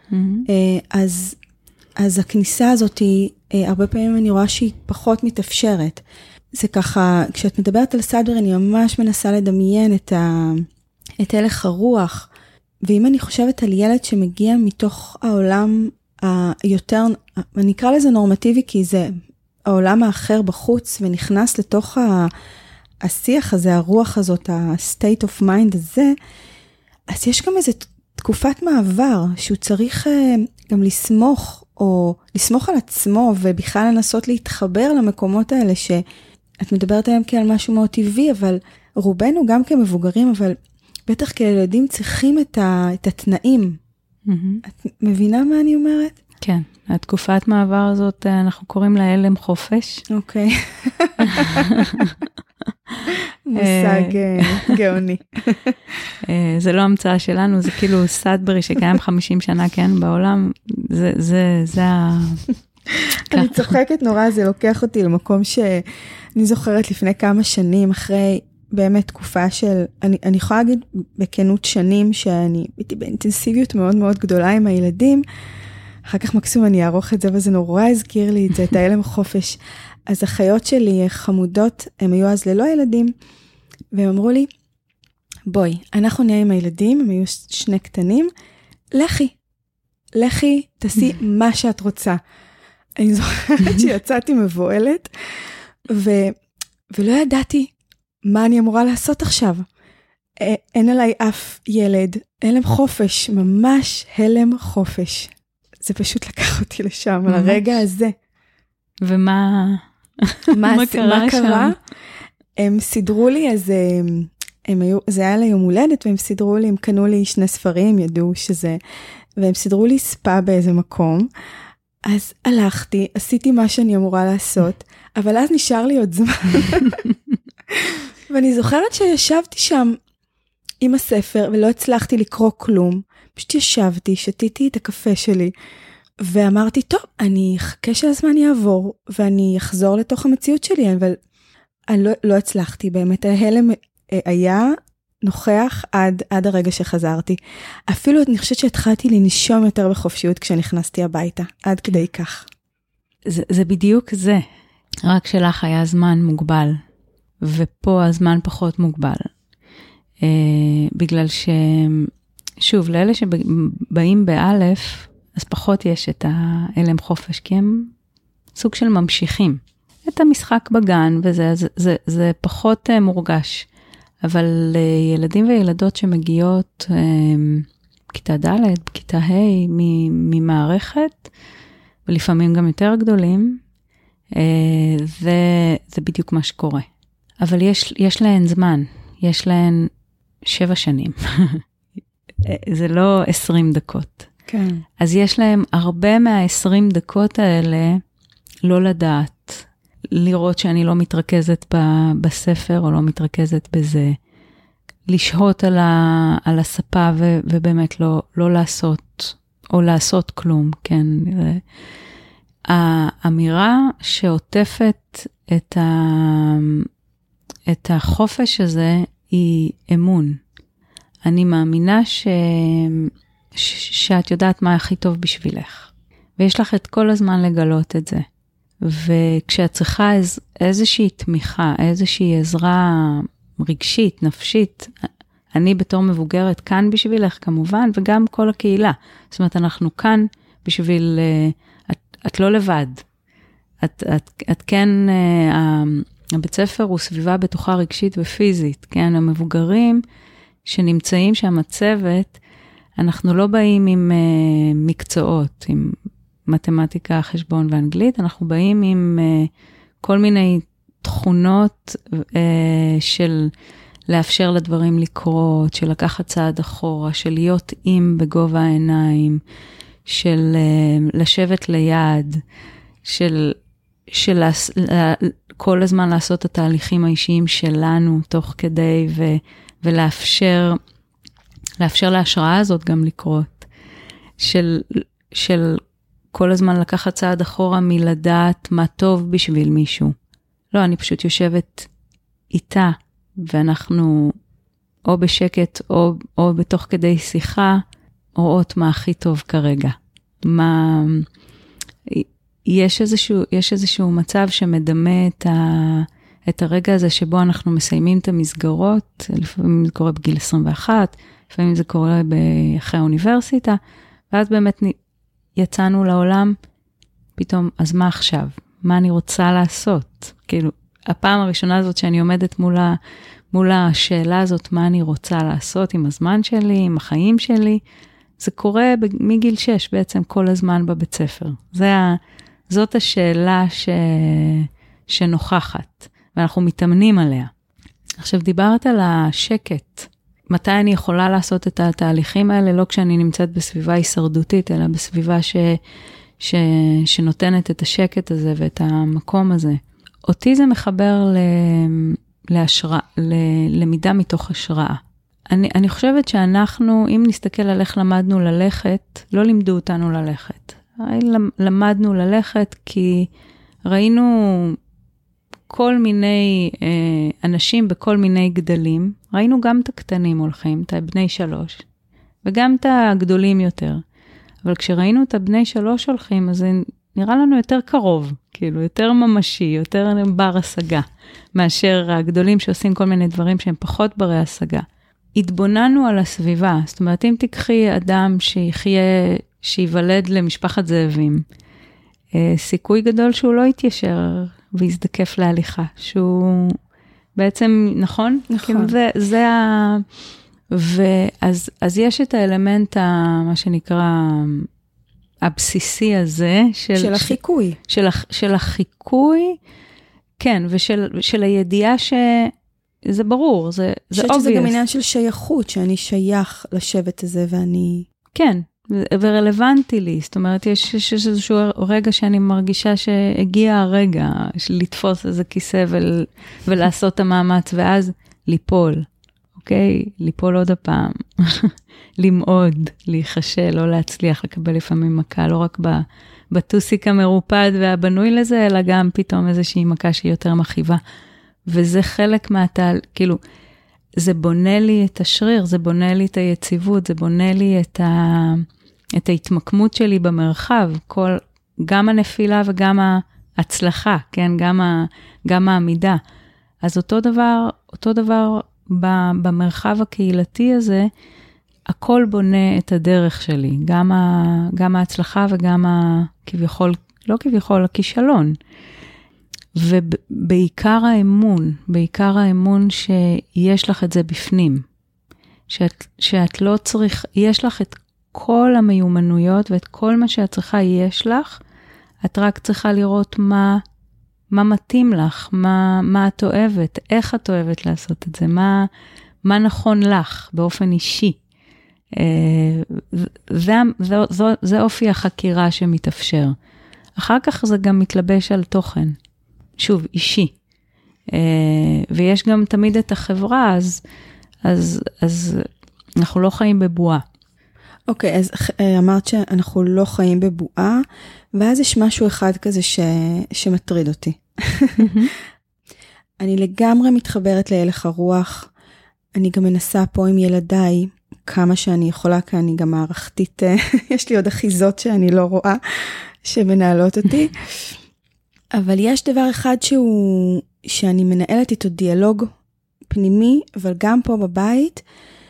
אז הכניסה הזאת היא, הרבה פעמים אני רואה שהיא פחות מתאפשרת. זה ככה, כשאת מדברת על סדבר, אני ממש מנסה לדמיין את הלך הרוח, ואם אני חושבת על ילד שמגיע מתוך העולם היותר, אני אקרא לזה נורמטיבי, כי זה העולם האחר בחוץ, ונכנס לתוך השיח הזה, הרוח הזאת, ה-state of mind הזה, אז יש גם איזו תקופת מעבר, שהוא צריך גם לסמוך, או לסמוך על עצמו, ובכלל לנסות להתחבר למקומות האלה, שאת מדברת עליהם כעל משהו מאוד טבעי, אבל רובנו גם כמבוגרים, אבל בטח כילדים צריכים את התנאים. את מבינה מה אני אומרת? כן, התקופת מעבר הזאת, אנחנו קוראים לה הלם חופש. אוקיי. מושג גאוני. זה לא המצאה שלנו, זה כאילו סדברי שקיים 50 שנה, כן, בעולם, זה אני צוחקת נורא, זה לוקח אותי למקום שאני זוכרת לפני כמה שנים, אחרי באמת תקופה של, אני יכולה להגיד בכנות שנים, שאני הייתי באינטנסיביות מאוד מאוד גדולה עם הילדים, אחר כך מקסימום אני אערוך את זה, וזה נורא הזכיר לי את זה, את ההלם חופש. אז החיות שלי חמודות, הם היו אז ללא ילדים, והם אמרו לי, בואי, אנחנו נהיה עם הילדים, הם היו שני קטנים, לכי, תעשי מה שאת רוצה. אני זוכרת שיצאתי מבועלת, ולא ידעתי מה אני אמורה לעשות עכשיו. אין עליי אף ילד, הלם חופש, ממש הלם חופש. זה פשוט לקח אותי לשם, על הרגע הזה. ומה קרה שם? הם סידרו לי איזה, זה היה ליום הולדת, והם סידרו לי, הם קנו לי 2 ספרים, ידעו שזה, והם סידרו לי ספה באיזה מקום, אז הלכתי, עשיתי מה שאני אמורה לעשות, אבל אז נשאר לי עוד זמן. ואני זוכרת שישבתי שם עם הספר, ולא הצלחתי לקרוא כלום, פשוט ישבתי, שתיתי את הקפה שלי, ואמרתי, טוב, אני אחכה שהזמן יעבור, ואני אחזור לתוך המציאות שלי, אבל אני לא הצלחתי, באמת ההלם היה נוכח עד הרגע שחזרתי. אפילו אני חושבת שהתחלתי לנשום יותר בחופשיות כשנכנסתי הביתה, עד כדי כך. זה בדיוק זה, רק שלך היה זמן מוגבל, ופה הזמן פחות מוגבל. בגלל שוב, לאלה שבאים באלף, אז פחות יש את ההלם חופש, כי הם סוג של ממשיכים. את המשחק בגן, וזה זה פחות מורגש. אבל ילדים וילדות שמגיעות בכיתה ד', בכיתה ה', ממערכת, ולפעמים גם יותר גדולים, זה בדיוק מה שקורה. אבל יש להן זמן, יש להן 7 שנים. זה לא 20 דקות. כן. אז יש להם הרבה מה-20 דקות האלה לא לדעת, לראות שאני לא מתרכזת בספר או לא מתרכזת בזה, לשהות על הספה ובאמת לא לעשות או לעשות כלום, כן. האמירה שעוטפת את החופש הזה היא אמון. אני מאמינה שאת יודעת מה הכי טוב בשבילך. ויש לך את כל הזמן לגלות את זה. וכשאת צריכה איזושהי תמיכה, איזושהי עזרה רגשית, נפשית, אני בתור מבוגרת כאן בשבילך כמובן, וגם כל הקהילה. זאת אומרת, אנחנו כאן בשביל, את לא לבד. את כן, הבית ספר הוא סביבה בטוחה רגשית ופיזית, כן? המבוגרים שנמצאים שם הצוות, אנחנו לא באים עם מקצועות, עם מתמטיקה, חשבון ואנגלית, אנחנו באים עם כל מיני תכונות של לאפשר לדברים לקרות, של לקחת צעד אחורה, של להיות עם בגובה העיניים, של לשבת ליד, של כל הזמן לעשות את התהליכים האישיים שלנו תוך כדי, ולאפשר להשראה הזאת גם לקרות, של כל הזמן לקחת צעד אחורה מלדעת מה טוב בשביל מישהו. לא, אני פשוט יושבת איתה, ואנחנו או בשקט או בתוך כדי שיחה, רואות מה הכי טוב כרגע. יש איזשהו מצב שמדמה את הרגע הזה שבו אנחנו מסיימים את המסגרות, לפעמים זה קורה בגיל 21, לפעמים זה קורה אחרי האוניברסיטה, ואז באמת יצאנו לעולם, פתאום, אז מה עכשיו? מה אני רוצה לעשות? כאילו, הפעם הראשונה הזאת שאני עומדת מול השאלה הזאת, מה אני רוצה לעשות עם הזמן שלי, עם החיים שלי, זה קורה מגיל 6 בעצם כל הזמן בבית ספר. זאת השאלה שנוכחת, ואנחנו מתאמנים עליה. עכשיו, דיברת על השקט. מתי אני יכולה לעשות את התהליכים האלה? לא כשאני נמצאת בסביבה הישרדותית, אלא בסביבה שנותנת את השקט הזה ואת המקום הזה. אותי זה מחבר ללמידה מתוך השראה. אני חושבת שאנחנו, אם נסתכל על איך למדנו ללכת, לא לימדו אותנו ללכת. למדנו ללכת כי ראינו כל מיני אנשים בכל מיני גדלים. ראינו גם את הקטנים הולכים, את הבני 3, וגם את הגדולים יותר. אבל כשראינו את הבני 3 הולכים, אז זה נראה לנו יותר קרוב, כאילו יותר ממשי, יותר בר השגה, מאשר הגדולים שעושים כל מיני דברים שהם פחות ברי השגה. התבוננו על הסביבה, זאת אומרת, אם תקחי אדם שיוולד למשפחת זאבים, סיכוי גדול שהוא לא יתיישר ויזדקף להליכה, שהוא בעצם, נכון? נכון. אז יש את האלמנט, מה שנקרא, הבסיסי הזה, של החיקוי. של החיקוי, כן, ושל הידיעה שזה ברור, זה obvious. חושבת שזה גם עניין של שייכות, שאני שייך לשבט הזה ואני... כן, ורלוונטי לי, זאת אומרת, יש איזשהו רגע שאני מרגישה שהגיע הרגע לתפוס איזה כיסא ולעשות את המאמץ, ואז ליפול, אוקיי? ליפול עוד הפעם, למעוד, להיחשל, לא להצליח לקבל לפעמים מכה, לא רק בטוסיק המרופד והבנוי לזה, אלא גם פתאום איזושהי מכה שהיא יותר מכאיבה. וזה חלק כאילו, זה בונה לי את השריר, זה בונה לי את היציבות, זה בונה לי את ההתמקמות שלי במרחב, גם הנפילה וגם ההצלחה, כן? גם העמידה. אז אותו דבר במרחב הקהילתי הזה, הכל בונה את הדרך שלי, גם ההצלחה וגם כביכול, לא כביכול, הכישלון. ובעיקר האמון שיש לך את זה בפנים, שאת לא צריך, יש לך את כל המיומנויות ואת כל מה שאת צריכה יש לך, את רק צריכה לראות מה מתאים לך, מה את אוהבת, איך את אוהבת לעשות את זה, מה נכון לך באופן אישי. זה אופי החקירה שמתאפשר. אחר כך זה גם מתלבש על תוכן. שוב, אישי. ויש גם תמיד את החברה, אז אנחנו לא חיים בבועה. אוקיי, אז אמרת שאנחנו לא חיים בבועה, ואז יש משהו אחד כזה שמטריד אותי. אני לגמרי מתחברת להלך הרוח, אני גם מנסה פה עם ילדיי, כמה שאני יכולה, כי אני גם מערכתית, יש לי עוד אחיזות שאני לא רואה, שמנהלות אותי. אבל יש דבר אחד שאני מנהלת איתו דיאלוג פנימי, אבל גם פה בבית,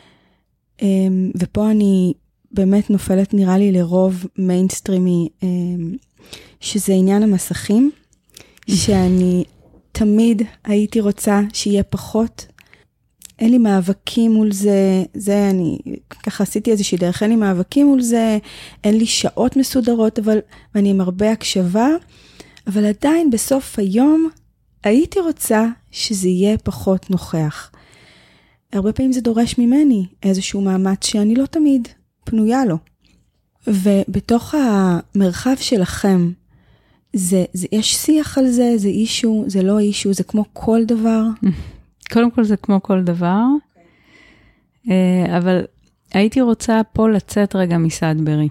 ופה אני באמת נופלת נראה לי לרוב מיינסטרימי, שזה עניין המסכים, שאני תמיד הייתי רוצה שיהיה פחות, אין לי מאבקים מול זה אני ככה עשיתי איזושהי דרך, אין לי מאבקים מול זה, אין לי שעות מסודרות, אבל אני עם הרבה הקשבה, אבל עדיין בסוף היום הייתי רוצה שזה יהיה פחות נוכח. הרבה פעמים זה דורש ממני איזשהו מאמץ שאני לא תמיד פנויה לו. ובתוך המרחב שלכם, יש שיח על זה, זה אישו, זה לא אישו, זה כמו כל דבר. קודם כל זה כמו כל דבר, אבל הייתי רוצה פה לצאת רגע מסדברי.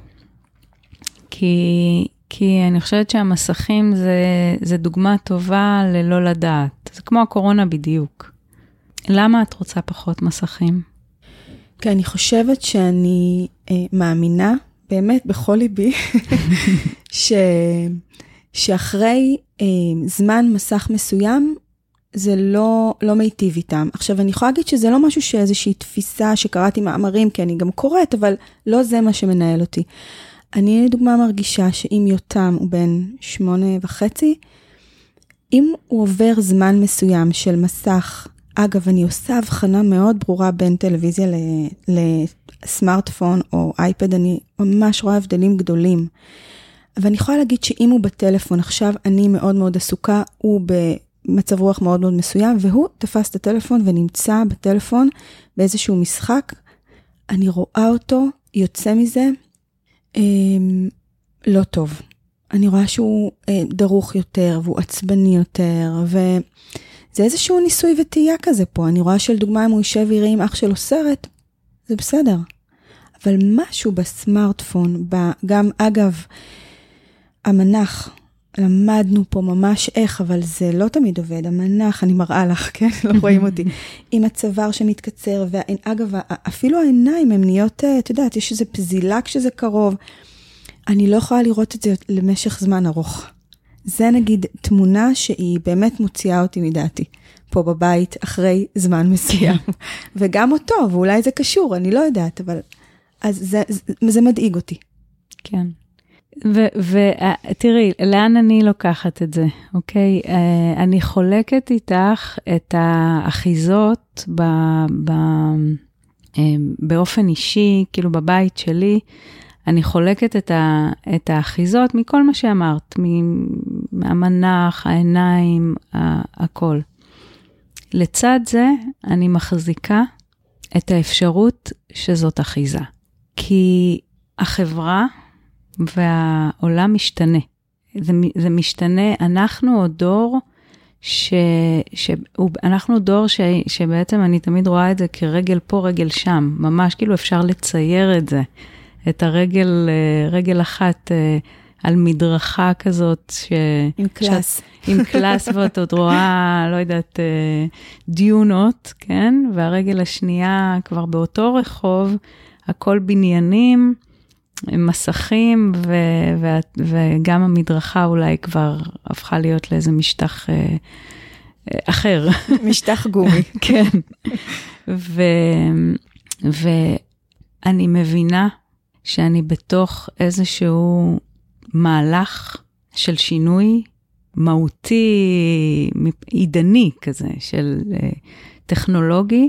כי אני חושבת שהמסכים זה דוגמה טובה ללא לדעת. זה כמו הקורונה בדיוק. למה את רוצה פחות מסכים? כי אני חושבת שאני מאמינה, באמת בכל ליבי, שאחרי זמן מסך מסוים, זה לא מיטיב איתם. עכשיו, אני יכולה להגיד שזה לא משהו שאיזושהי תפיסה שקראתי מאמרים, כי אני גם קוראת, אבל לא זה מה שמנהל אותי. אני לדוגמה מרגישה שאם יותם הוא בן 8.5, אם הוא עובר זמן מסוים של מסך, אגב, אני עושה הבחנה מאוד ברורה בין טלוויזיה לסמארטפון או אייפד, אני ממש רואה הבדלים גדולים. אבל אני יכולה להגיד שאם הוא בטלפון, עכשיו אני מאוד מאוד עסוקה, הוא במצב רוח מאוד מאוד מסוים, והוא תפס את הטלפון ונמצא בטלפון באיזשהו משחק, אני רואה אותו, יוצא מזה, לא טוב. אני רואה שהוא דרוך יותר, והוא עצבני יותר, וזה איזשהו ניסוי וטעייה כזה פה. אני רואה שלדוגמה אם הוא יישב ויראה עם אח שלו סרט, זה בסדר. אבל משהו בסמארטפון, גם אגב, המנח, למדנו פה ממש איך, אבל זה לא תמיד עובד. המנח, אני מראה לך, כן? לא רואים אותי. עם הצוואר שמתקצר, ואגב, אפילו העיניים הן נהיות, את יודעת, יש איזו פזילה כשזה קרוב. אני לא יכולה לראות את זה למשך זמן ארוך. זה נגיד תמונה שהיא באמת מוציאה אותי מדעתי. פה בבית, אחרי זמן מסוים. וגם אותו, ואולי זה קשור, אני לא יודעת, אבל אז זה מדאיג אותי. כן. ותראי, לאן אני לוקחת את זה, אוקיי? אני חולקת איתך את האחיזות באופן אישי, כאילו בבית שלי, אני חולקת את האחיזות מכל מה שאמרת, מהמנח, העיניים, הכל. לצד זה, אני מחזיקה את האפשרות שזאת אחיזה. כי החברה והעולם משתנה. זה משתנה, אנחנו עוד דור אנחנו דור שבעצם אני תמיד רואה את זה כרגל פה, רגל שם. ממש כאילו אפשר לצייר את זה. את רגל אחת על מדרכה כזאת. עם קלאס. עם קלאס ואת עוד רואה, לא יודעת, דיונות, כן? והרגל השנייה כבר באותו רחוב, הכל בניינים, מסכים, וגם המדרכה אולי כבר הפכה להיות לאיזה משטח אחר. משטח גומי. כן. ואני מבינה שאני בתוך איזשהו מהלך של שינוי מהותי, עידני כזה, של טכנולוגי,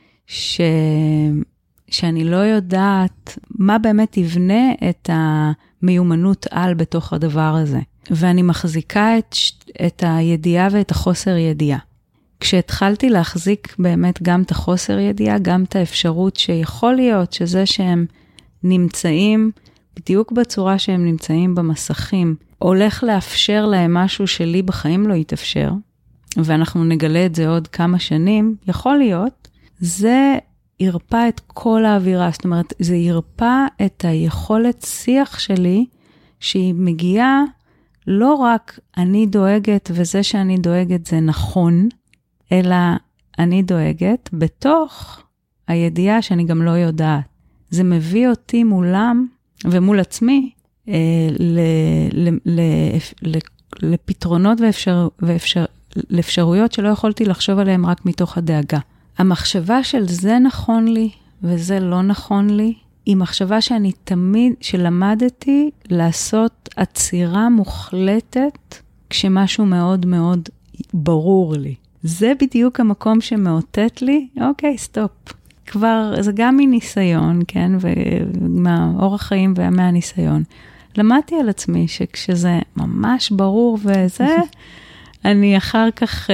שאני לא יודעת מה באמת יבנה את המיומנות על בתוך הדבר הזה. ואני מחזיקה את הידיעה ואת החוסר ידיעה. כשהתחלתי להחזיק באמת גם את החוסר ידיעה, גם את האפשרות שיכול להיות שזה שהם נמצאים, בדיוק בצורה שהם נמצאים במסכים, הולך לאפשר להם משהו שלי בחיים לא יתאפשר, ואנחנו נגלה את זה עוד כמה שנים, יכול להיות, זה הרפא את כל האווירה, זאת אומרת, זה הרפא את היכולת שיח שלי, שהיא מגיעה לא רק אני דואגת, וזה שאני דואגת זה נכון, אלא אני דואגת בתוך הידיעה שאני גם לא יודעת. זה מביא אותי מולם ומול עצמי לפתרונות לאפשרויות שלא יכולתי לחשוב עליהן רק מתוך הדאגה. המחשבה של זה נכון לי וזה לא נכון לי, היא מחשבה שאני תמיד, שלמדתי לעשות עצירה מוחלטת כשמשהו מאוד מאוד ברור לי. זה בדיוק המקום שמאותת לי, אוקיי, סטופ. כבר, זה גם מניסיון, כן, ומהאורח חיים ומהניסיון. למדתי על עצמי שכשזה ממש ברור וזה, אני אחר כך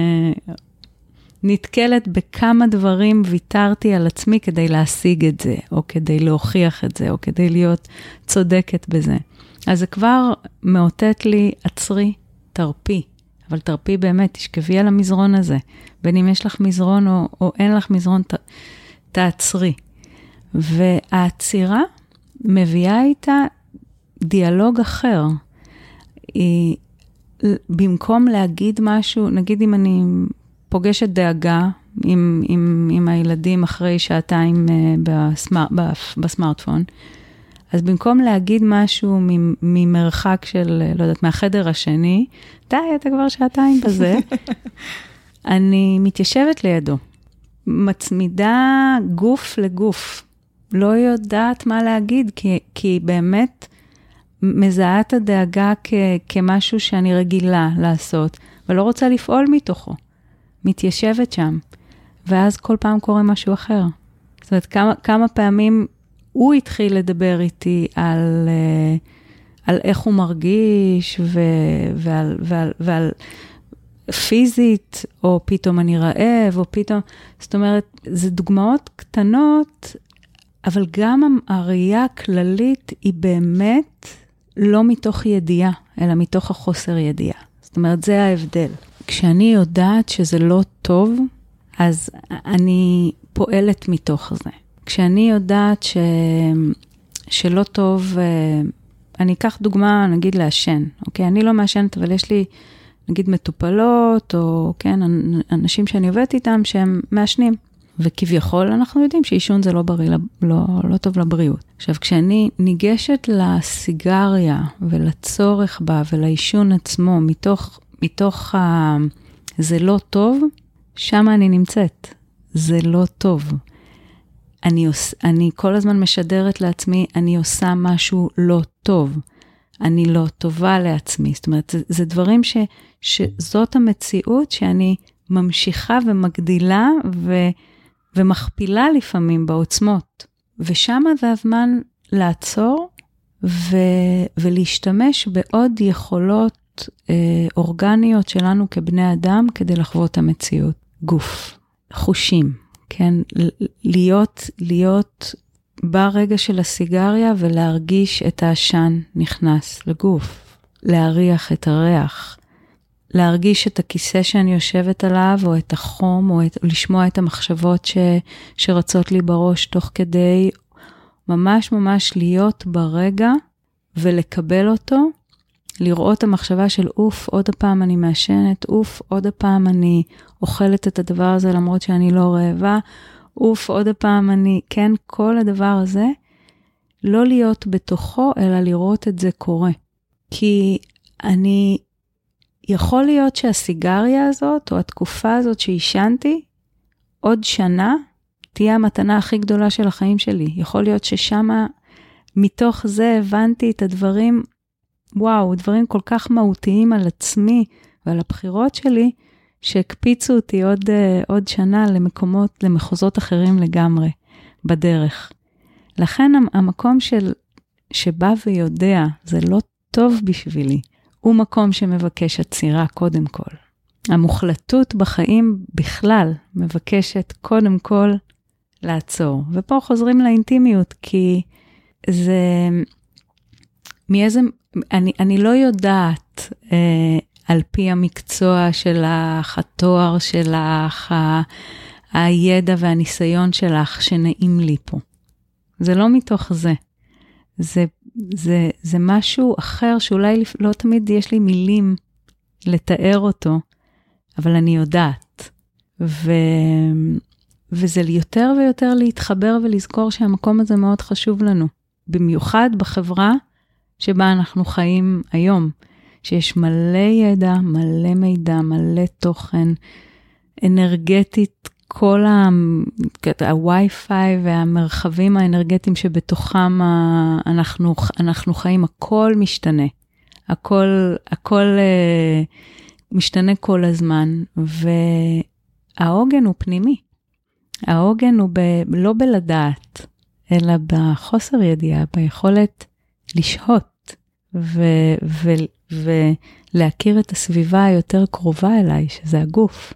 נתקלת בכמה דברים, ויתרתי על עצמי כדי להשיג את זה, או כדי להוכיח את זה, או כדי להיות צודקת בזה. אז זה כבר מאותת לי, עצרי, תרפי. אבל תרפי באמת, תשכבי על המזרון הזה. בין אם יש לך מזרון או אין לך מזרון, תעצרי. והעצירה מביאה איתה דיאלוג אחר. במקום להגיד משהו, נגיד אם אני פוגשת דאגה עם הילדים אחרי שעתיים בסמארטפון, אז במקום להגיד משהו ממרחק של, לא יודעת, מהחדר השני, די, אתה כבר שעתיים בזה, אני מתיישבת לידו, מצמידה גוף לגוף, לא יודעת מה להגיד, כי באמת מזהה את הדאגה כמשהו שאני רגילה לעשות, ולא רוצה לפעול מתוכו. מתיישבת שם, ואז כל פעם קורה משהו אחר. זאת אומרת, כמה פעמים הוא התחיל לדבר איתי על איך הוא מרגיש, ועל פיזית, או פתאום אני רעב, או פתאום, זאת אומרת, זה דוגמאות קטנות, אבל גם הראייה הכללית היא באמת לא מתוך ידיעה, אלא מתוך החוסר ידיעה. זאת אומרת, זה ההבדל. כשאני יודעת שזה לא טוב, אז אני פועלת מתוך זה. כשאני יודעת שלא טוב, אני אקח דוגמה, נגיד לעשן, אוקיי? אני לא מעשנת, אבל יש לי, נגיד, מטופלות, או כן, אנשים שאני עובדת איתם, שהם מעשנים. וכביכול אנחנו יודעים שעישון זה לא בריא, לא טוב לבריאות. עכשיו, כשאני ניגשת לסיגריה ולצורך בה ולעישון עצמו, מתוך זה לא טוב, שם אני נמצאת. זה לא טוב. אני כל הזמן משדרת לעצמי, אני עושה משהו לא טוב. אני לא טובה לעצמי. זאת אומרת, זה דברים שזאת המציאות שאני ממשיכה ומגדילה ומכפילה לפעמים בעוצמות. ושם זה הזמן לעצור ולהשתמש בעוד יכולות אורגניות שלנו כבני אדם כדי לחוות את המציאות. גוף, חושים, כן? להיות ברגע של הסיגריה ולהרגיש את העשן נכנס לגוף. להריח את הריח. להרגיש את הכיסא שאני יושבת עליו, או את החום, או לשמוע את המחשבות שרצות לי בראש תוך כדי, ממש ממש להיות ברגע ולקבל אותו, לראות המחשבה של אוף, עוד הפעם אני מעשנת, אוף, עוד הפעם אני אוכלת את הדבר הזה למרות שאני לא רעבה, אוף, עוד הפעם אני, כן, כל הדבר הזה, לא להיות בתוכו, אלא לראות את זה קורה. כי יכול להיות שהסיגריה הזאת, או התקופה הזאת שעישנתי, עוד שנה, תהיה המתנה הכי גדולה של החיים שלי. יכול להיות ששמה, מתוך זה הבנתי את הדברים, וואו, דברים כל כך מהותיים על עצמי, ועל הבחירות שלי, שהקפיצו אותי עוד שנה למחוזות אחרים לגמרי, בדרך. לכן המקום שבא ויודע, זה לא טוב בשבילי, הוא מקום שמבקש עצירה קודם כל. המוחלטות בחיים בכלל מבקשת קודם כל לעצור. ופה חוזרים לאינטימיות, כי זה אני לא יודעת על פי המקצוע שלך, התואר שלך, הידע והניסיון שלך שנעים לי פה. זה לא מתוך זה. זה משהו אחר שאולי לא תמיד יש לי מילים לתאר אותו, אבל אני יודעת. וזה יותר ויותר להתחבר ולזכור שהמקום הזה מאוד חשוב לנו. במיוחד בחברה שבה אנחנו חיים היום, שיש מלא ידע, מלא מידע, מלא תוכן, אנרגטית, כל הווי-פיי והמרחבים האנרגטיים שבתוכם אנחנו חיים, הכל משתנה. הכל משתנה כל הזמן, והעוגן הוא פנימי. העוגן הוא לא בלדעת, אלא בחוסר ידיעה, ביכולת לשהות ולהכיר את הסביבה היותר קרובה אליי, שזה הגוף.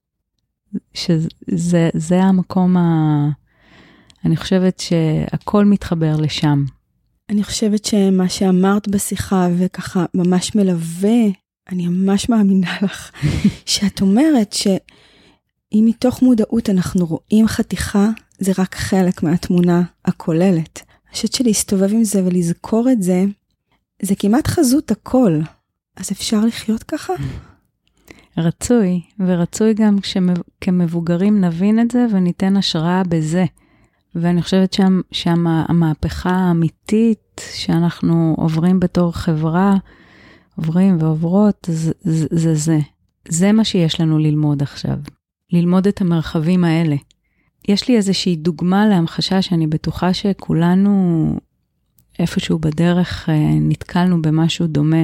שזה המקום אני חושבת שהכל מתחבר לשם. אני חושבת שמה שאמרת בשיחה וככה ממש מלווה, אני ממש מאמינה לך, שאת אומרת שאם מתוך מודעות אנחנו רואים חתיכה, זה רק חלק מהתמונה הכוללת. אני חושבת שלהסתובב עם זה ולזכור את זה, זה כמעט חזות הכל. אז אפשר לחיות ככה? רצוי, ורצוי גם כמבוגרים נבין את זה וניתן השראה בזה. ואני חושבת שהמהפכה האמיתית שאנחנו עוברים בתור חברה, עוברים ועוברות, זה מה שיש לנו ללמוד עכשיו. ללמוד את המרחבים האלה. יש לי איזושהי דוגמה להמחשה שאני בטוחה שכולנו איפשהו בדרך נתקלנו במשהו דומה.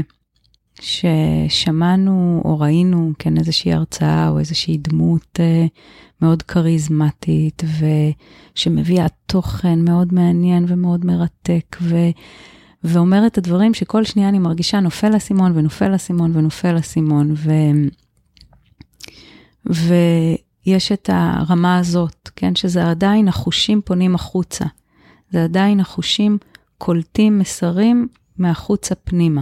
ששמענו או ראינו כן איזושהי הרצאה או איזושהי דמות מאוד קריזמטית ושמביאה תוכן מאוד מעניין ומאוד מרתק ואומרת את הדברים שכל שנייה אני מרגישה נופל לסימון ונופל לסימון ונופל לסימון ויש את הרמה הזאת, כן, שזה עדיין החושים פונים החוצה, זה עדיין החושים קולטים מסרים מהחוצה פנימה.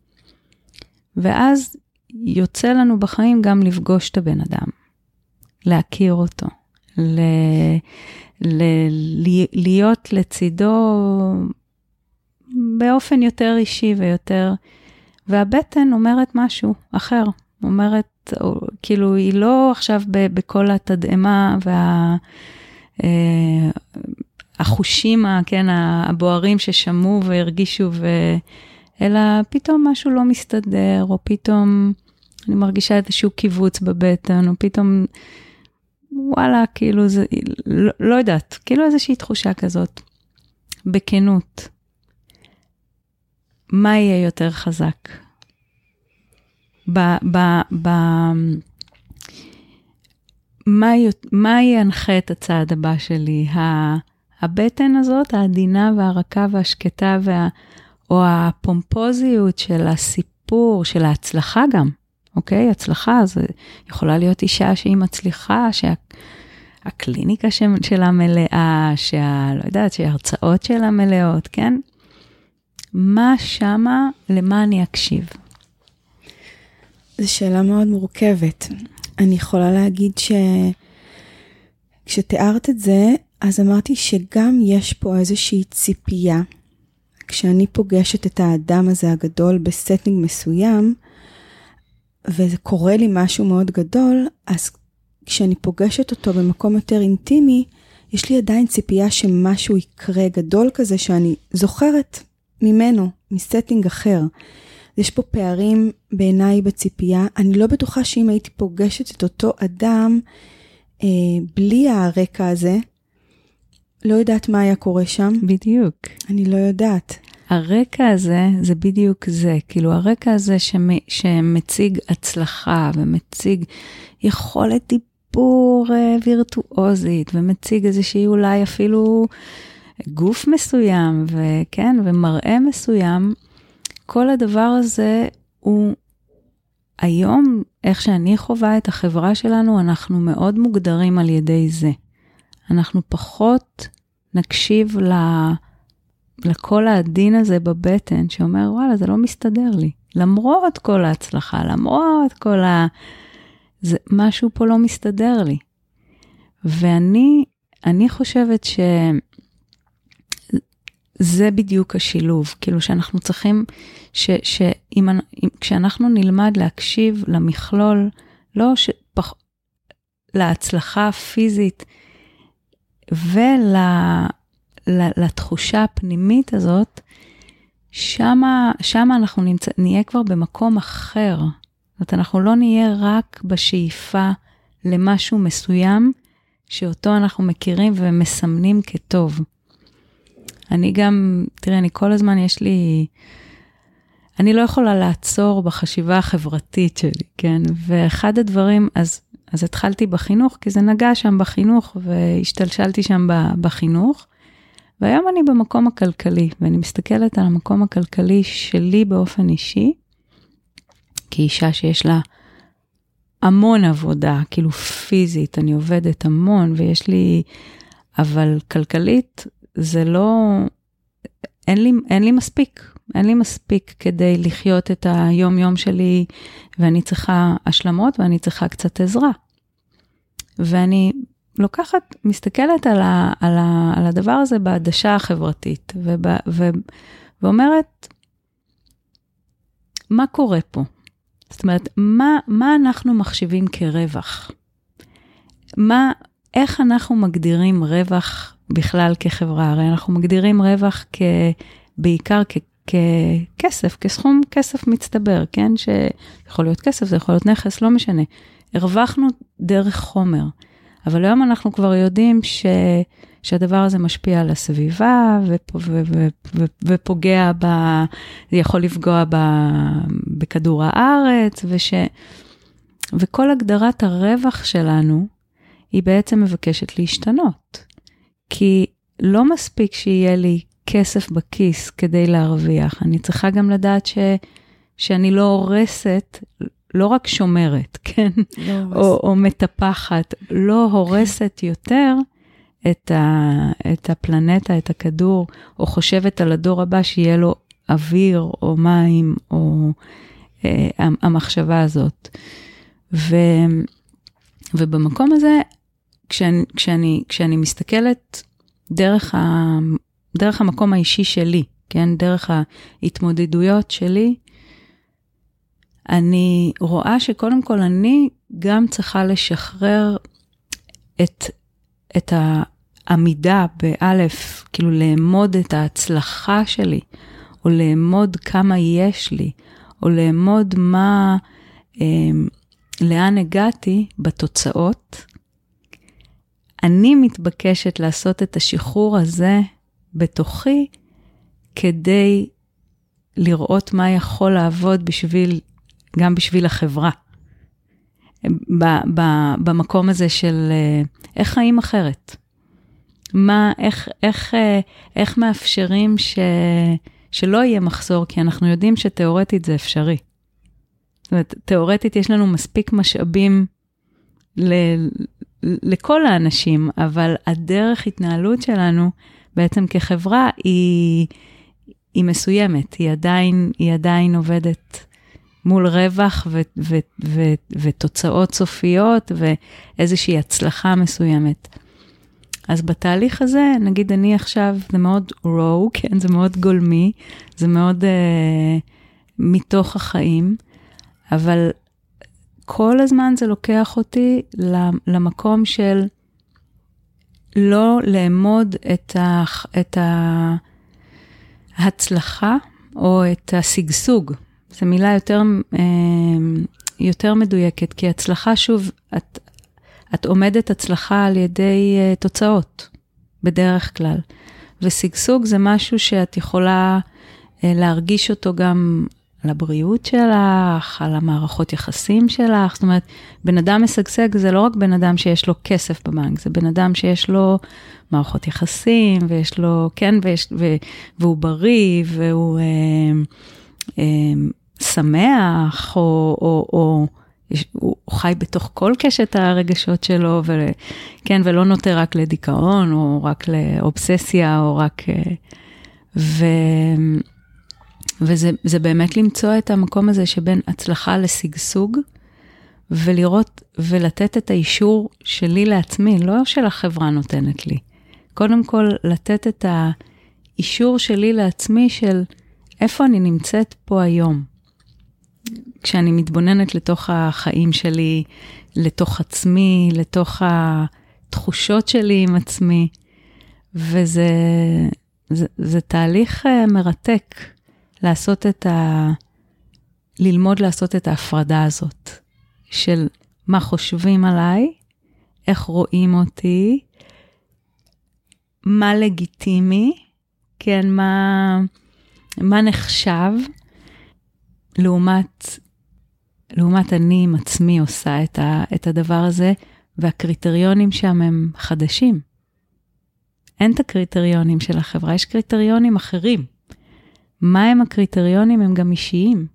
ואז יוצא לנו בחיים גם לפגוש את הבן אדם, להכיר אותו, להיות לצידו באופן יותר אישי ויותר, והבטן אומרת משהו אחר, אומרת, כאילו היא לא עכשיו בכל התדהמה והחושים, כן, הבוערים ששמעו והרגישו אלא פתאום משהו לא מסתדר, או פתאום אני מרגישה איזשהו קיבוץ בבטן, או פתאום, וואלה, כאילו זה, לא יודעת, כאילו איזושהי תחושה כזאת, בכנות. מה יהיה יותר חזק? מה ינחה את הצעד הבא שלי? הבטן הזאת, העדינה והרכה והשקטה או הפומפוזיות של הסיפור, של ההצלחה גם, אוקיי? הצלחה, זה יכולה להיות אישה שהיא מצליחה, שהקליניקה שלה מלאה, לא יודעת, שההרצאות שלה מלאות, כן? מה שמה, למה אני אקשיב? זו שאלה מאוד מורכבת. אני יכולה להגיד כשתיארת את זה, אז אמרתי שגם יש פה איזושהי ציפייה, כשאני פוגשת את האדם הזה הגדול בסטינג מסוים, וזה קורה לי משהו מאוד גדול, אז כשאני פוגשת אותו במקום יותר אינטימי, יש לי עדיין ציפייה שמשהו יקרה גדול כזה, שאני זוכרת ממנו, מסטינג אחר. יש פה פערים בעיניי בציפייה, אני לא בטוחה שאם הייתי פוגשת את אותו אדם, בלי הרקע הזה, לא יודעת מה היה קורה שם. בדיוק. אני לא יודעת. הרקע הזה, זה בדיוק זה. כאילו הרקע הזה שמציג הצלחה ומציג יכולת דיבור וירטואוזית, ומציג איזושהי אולי אפילו גוף מסוים, וכן, ומראה מסוים. כל הדבר הזה הוא היום, איך שאני חווה את החברה שלנו, אנחנו מאוד מוגדרים על ידי זה. אנחנו פחות נקשיב לקול העדין הזה בבטן, שאומר, וואלה, זה לא מסתדר לי. למרות כל ההצלחה, למרות כל זה, משהו פה לא מסתדר לי. ואני חושבת שזה בדיוק השילוב, כאילו שאנחנו צריכים, כשאנחנו נלמד להקשיב למכלול, לא להצלחה הפיזית, ולתחושה הפנימית הזאת, שמה אנחנו נהיה כבר במקום אחר. זאת אומרת, אנחנו לא נהיה רק בשאיפה למשהו מסוים, שאותו אנחנו מכירים ומסמנים כטוב. אני גם, תראה, אני כל הזמן אני לא יכולה לעצור בחשיבה החברתית שלי, כן? ואחד הדברים, אז התחלתי בחינוך, כי זה נגע שם בחינוך, והשתלשלתי שם בחינוך, והיום אני במקום הכלכלי, ואני מסתכלת על המקום הכלכלי שלי באופן אישי, כאישה שיש לה המון עבודה, כאילו פיזית, אני עובדת המון, ויש לי, אבל כלכלית, זה לא, אין לי מספיק כדי לחיות את היום יום שלי, ואני צריכה השלמות, ואני צריכה קצת עזרה. ואני מסתכלת על הדבר הזה בעדשה החברתית, ואומרת, מה קורה פה? זאת אומרת, מה אנחנו מחשיבים כרווח? איך אנחנו מגדירים רווח בכלל כחברה? הרי אנחנו מגדירים רווח בעיקר ככסף, כסכום כסף מצטבר, כן? שיכול להיות כסף, זה יכול להיות נכס, לא משנה. הרווחנו דרך חומר. אבל היום אנחנו כבר יודעים שהדבר הזה משפיע על הסביבה, ופוגע זה יכול לפגוע בכדור הארץ, וכל הגדרת הרווח שלנו, היא בעצם מבקשת להשתנות. כי לא מספיק שיהיה לי כסף בכיס כדי להרוויח, אני צריכה גם לדעת שאני לא הורסת, לא רק שומרת, כן? או מטפחת, לא הורסת יותר את הפלנטה, את הכדור, או חושבת על הדור הבא שיהיה לו אוויר או מים, או המחשבה הזאת. ובמקום הזה, כשאני מסתכלת דרך המקום האישי שלי, כן? דרך ההתמודדויות שלי, אני רואה שקודם כל אני גם צריכה לשחרר את העמידה באלף, כאילו לאמוד את ההצלחה שלי, או לאמוד כמה יש לי, או לאמוד לאן הגעתי בתוצאות. אני מתבקשת לעשות את השחרור הזה בתוכי, כדי לראות מה יכול לעבוד גם בשביל החברה. במקום הזה של איך חיים אחרת. איך מאפשרים שלא יהיה מחסור, כי אנחנו יודעים שתיאורטית זה אפשרי. זאת אומרת, תיאורטית יש לנו מספיק משאבים לכל האנשים, אבל הדרך התנהלות שלנו בעצם כחברה היא מסוימת, היא עדיין עובדת מול רווח ותוצאות סופיות ואיזושהי הצלחה מסוימת. אז בתהליך הזה, נגיד אני עכשיו, זה מאוד raw, כן, זה מאוד גולמי, זה מאוד מתוך החיים, אבל כל הזמן זה לוקח אותי למקום של לא לאמוד את ההצלחה או את הסגסוג. זו מילה יותר מדויקת, כי הצלחה שוב, את עומדת הצלחה על ידי תוצאות, בדרך כלל. וסגסוג זה משהו שאת יכולה להרגיש אותו גם על הבריאות שלך, על המערכות יחסים שלך. זאת אומרת, בן אדם משגשג זה לא רק בן אדם שיש לו כסף בבנק, זה בן אדם שיש לו מערכות יחסים, ויש לו, כן, והוא בריא, והוא שמח, או הוא חי בתוך כל קשת הרגשות שלו, כן, ולא נוטה רק לדיכאון, או רק לאובססיה, או רק, וזה באמת למצוא את המקום הזה שבין הצלחה לסגסוג, ולראות ולתת את האישור שלי לעצמי, לא של החברה נותנת לי. קודם כל, לתת את האישור שלי לעצמי של איפה אני נמצאת פה היום. כשאני מתבוננת לתוך החיים שלי, לתוך עצמי, לתוך התחושות שלי עם עצמי, וזה תהליך מרתק ללמוד לעשות את ההפרדה הזאת, של מה חושבים עליי, איך רואים אותי, מה לגיטימי, כן, מה נחשב, לעומת אני עם עצמי עושה את הדבר הזה, והקריטריונים שם הם חדשים. אין את הקריטריונים של החברה, יש קריטריונים אחרים. מה הם הקריטריונים? הם גם אישיים.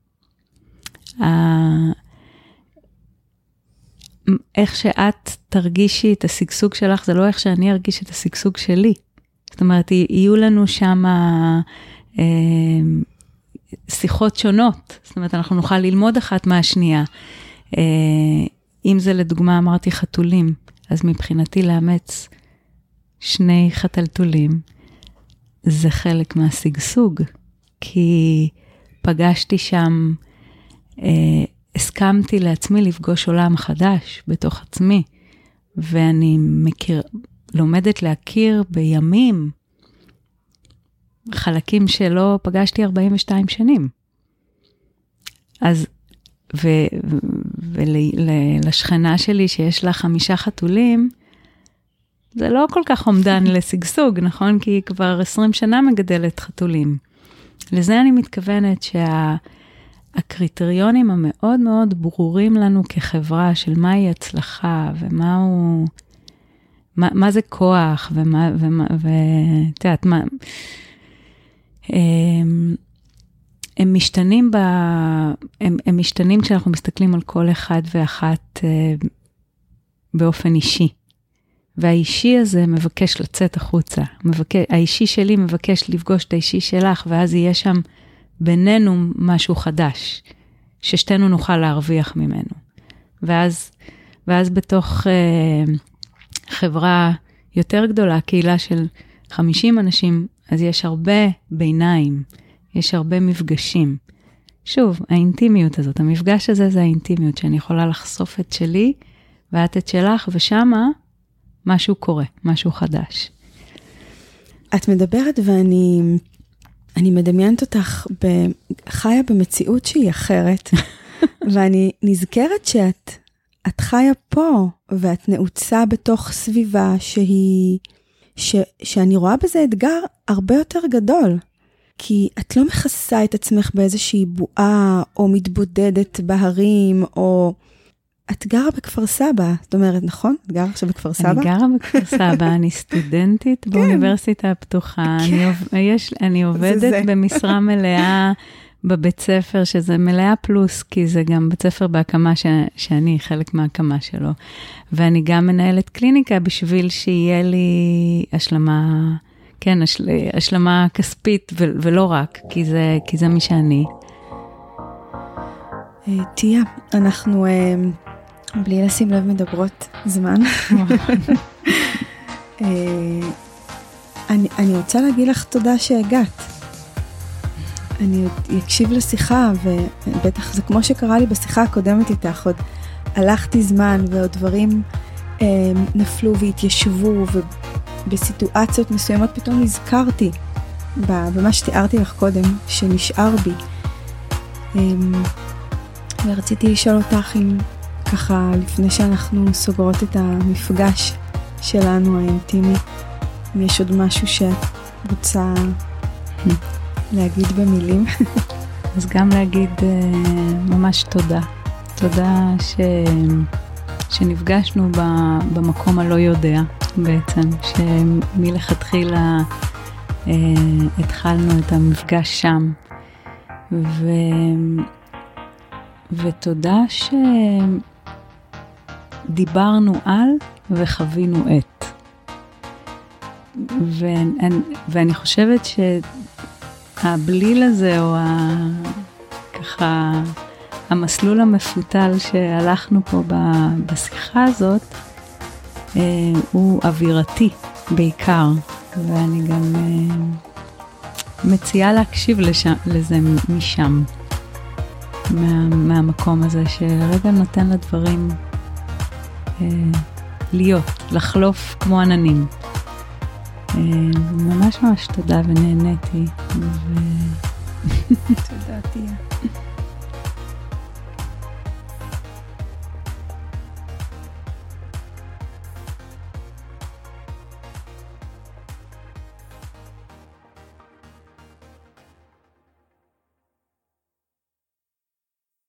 איך שאת תרגישי את הסגסוג שלך, זה לא איך שאני ארגיש את הסגסוג שלי. זאת אומרת, יהיו לנו שם שיחות שונות. זאת אומרת, אנחנו נוכל ללמוד אחת מהשנייה. אם זה לדוגמה, אמרתי חתולים, אז מבחינתי לאמץ 2 חתלתולים, זה חלק מהסגסוג, כי פגשתי שם, הסכמתי לעצמי לפגוש עולם חדש בתוך עצמי, ואני לומדת להכיר בימים, חלקים שלא פגשתי 42 שנים. אז, ולשכנה שלי שיש לה 5 חתולים, זה לא כל כך עומדן לסגסוג, נכון? כי היא כבר 20 שנה מגדלת חתולים. לזה אני מתכוונת שהקריטריונים המאוד מאוד ברורים לנו כחברה של מהי הצלחה מה זה כוח ותיאת מה, הם משתנים כשאנחנו מסתכלים על כל אחד ואחת באופן אישי. והאישי הזה מבקש לצאת החוצה. האישי שלי מבקש לפגוש את האישי שלך, ואז יהיה שם בינינו משהו חדש, ששתינו נוכל להרוויח ממנו. ואז בתוך חברה יותר גדולה, קהילה של 50 אנשים, אז יש הרבה ביניים, יש הרבה מפגשים. שוב, האינטימיות הזאת, המפגש הזה זה האינטימיות, שאני יכולה לחשוף את שלי, ואת את שלך, ושמה משהו קורה, משהו חדש. את מדברת ואני מדמיינת אותך חיה במציאות שהיא אחרת, ואני נזכרת שאת חיה פה, ואת נעוצה בתוך סביבה שאני רואה בזה אתגר הרבה יותר גדול, כי את לא מכסה את עצמך באיזושהי בועה, או מתבודדת בהרים, או את גרה בכפר סבא, זאת אומרת, נכון? את גרה עכשיו בכפר סבא? אני גרה בכפר סבא, אני סטודנטית באוניברסיטה הפתוחה, אני עובדת במשרה מלאה בבית ספר, שזה מלאה פלוס, כי זה גם בית ספר בהקמה שאני חלק מההקמה שלו, ואני גם מנהלת קליניקה בשביל שיהיה לי השלמה, כן, השלמה כספית, ולא רק, כי זה מי שאני. תיה, אנחנו בלי לשים לב מדברות זמן. אני רוצה להגיד לך תודה שהגעת. אני אקשיב לשיחה, ובטח זה כמו שקרה לי בשיחה הקודמת איתך, עוד הלכתי זמן ועוד דברים נפלו והתיישבו, ובסיטואציות מסוימות פתאום נזכרתי במה שתיארתי לך קודם, שנשאר בי. ורציתי לשאול אותך אם ככה, לפני שאנחנו סוגרות את המפגש שלנו האינטימי, אם יש עוד משהו שאת רוצה להגיד במילים. אז גם להגיד ממש תודה. תודה שנפגשנו במקום הלא יודע בעצם, שמלכתחילה התחלנו את המפגש שם. ותודה שדיברנו על וחווינו את. ואני חושבת שהבליל הזה, או ככה המסלול המפותל שהלכנו פה בשיחה הזאת, הוא אווירתי בעיקר, ואני גם מציעה להקשיב לזה משם, מהמקום הזה שרגע נותן לדברים להיות, לחלוף כמו עננים. ממש ממש תודה ונהניתי. תודה תהיה.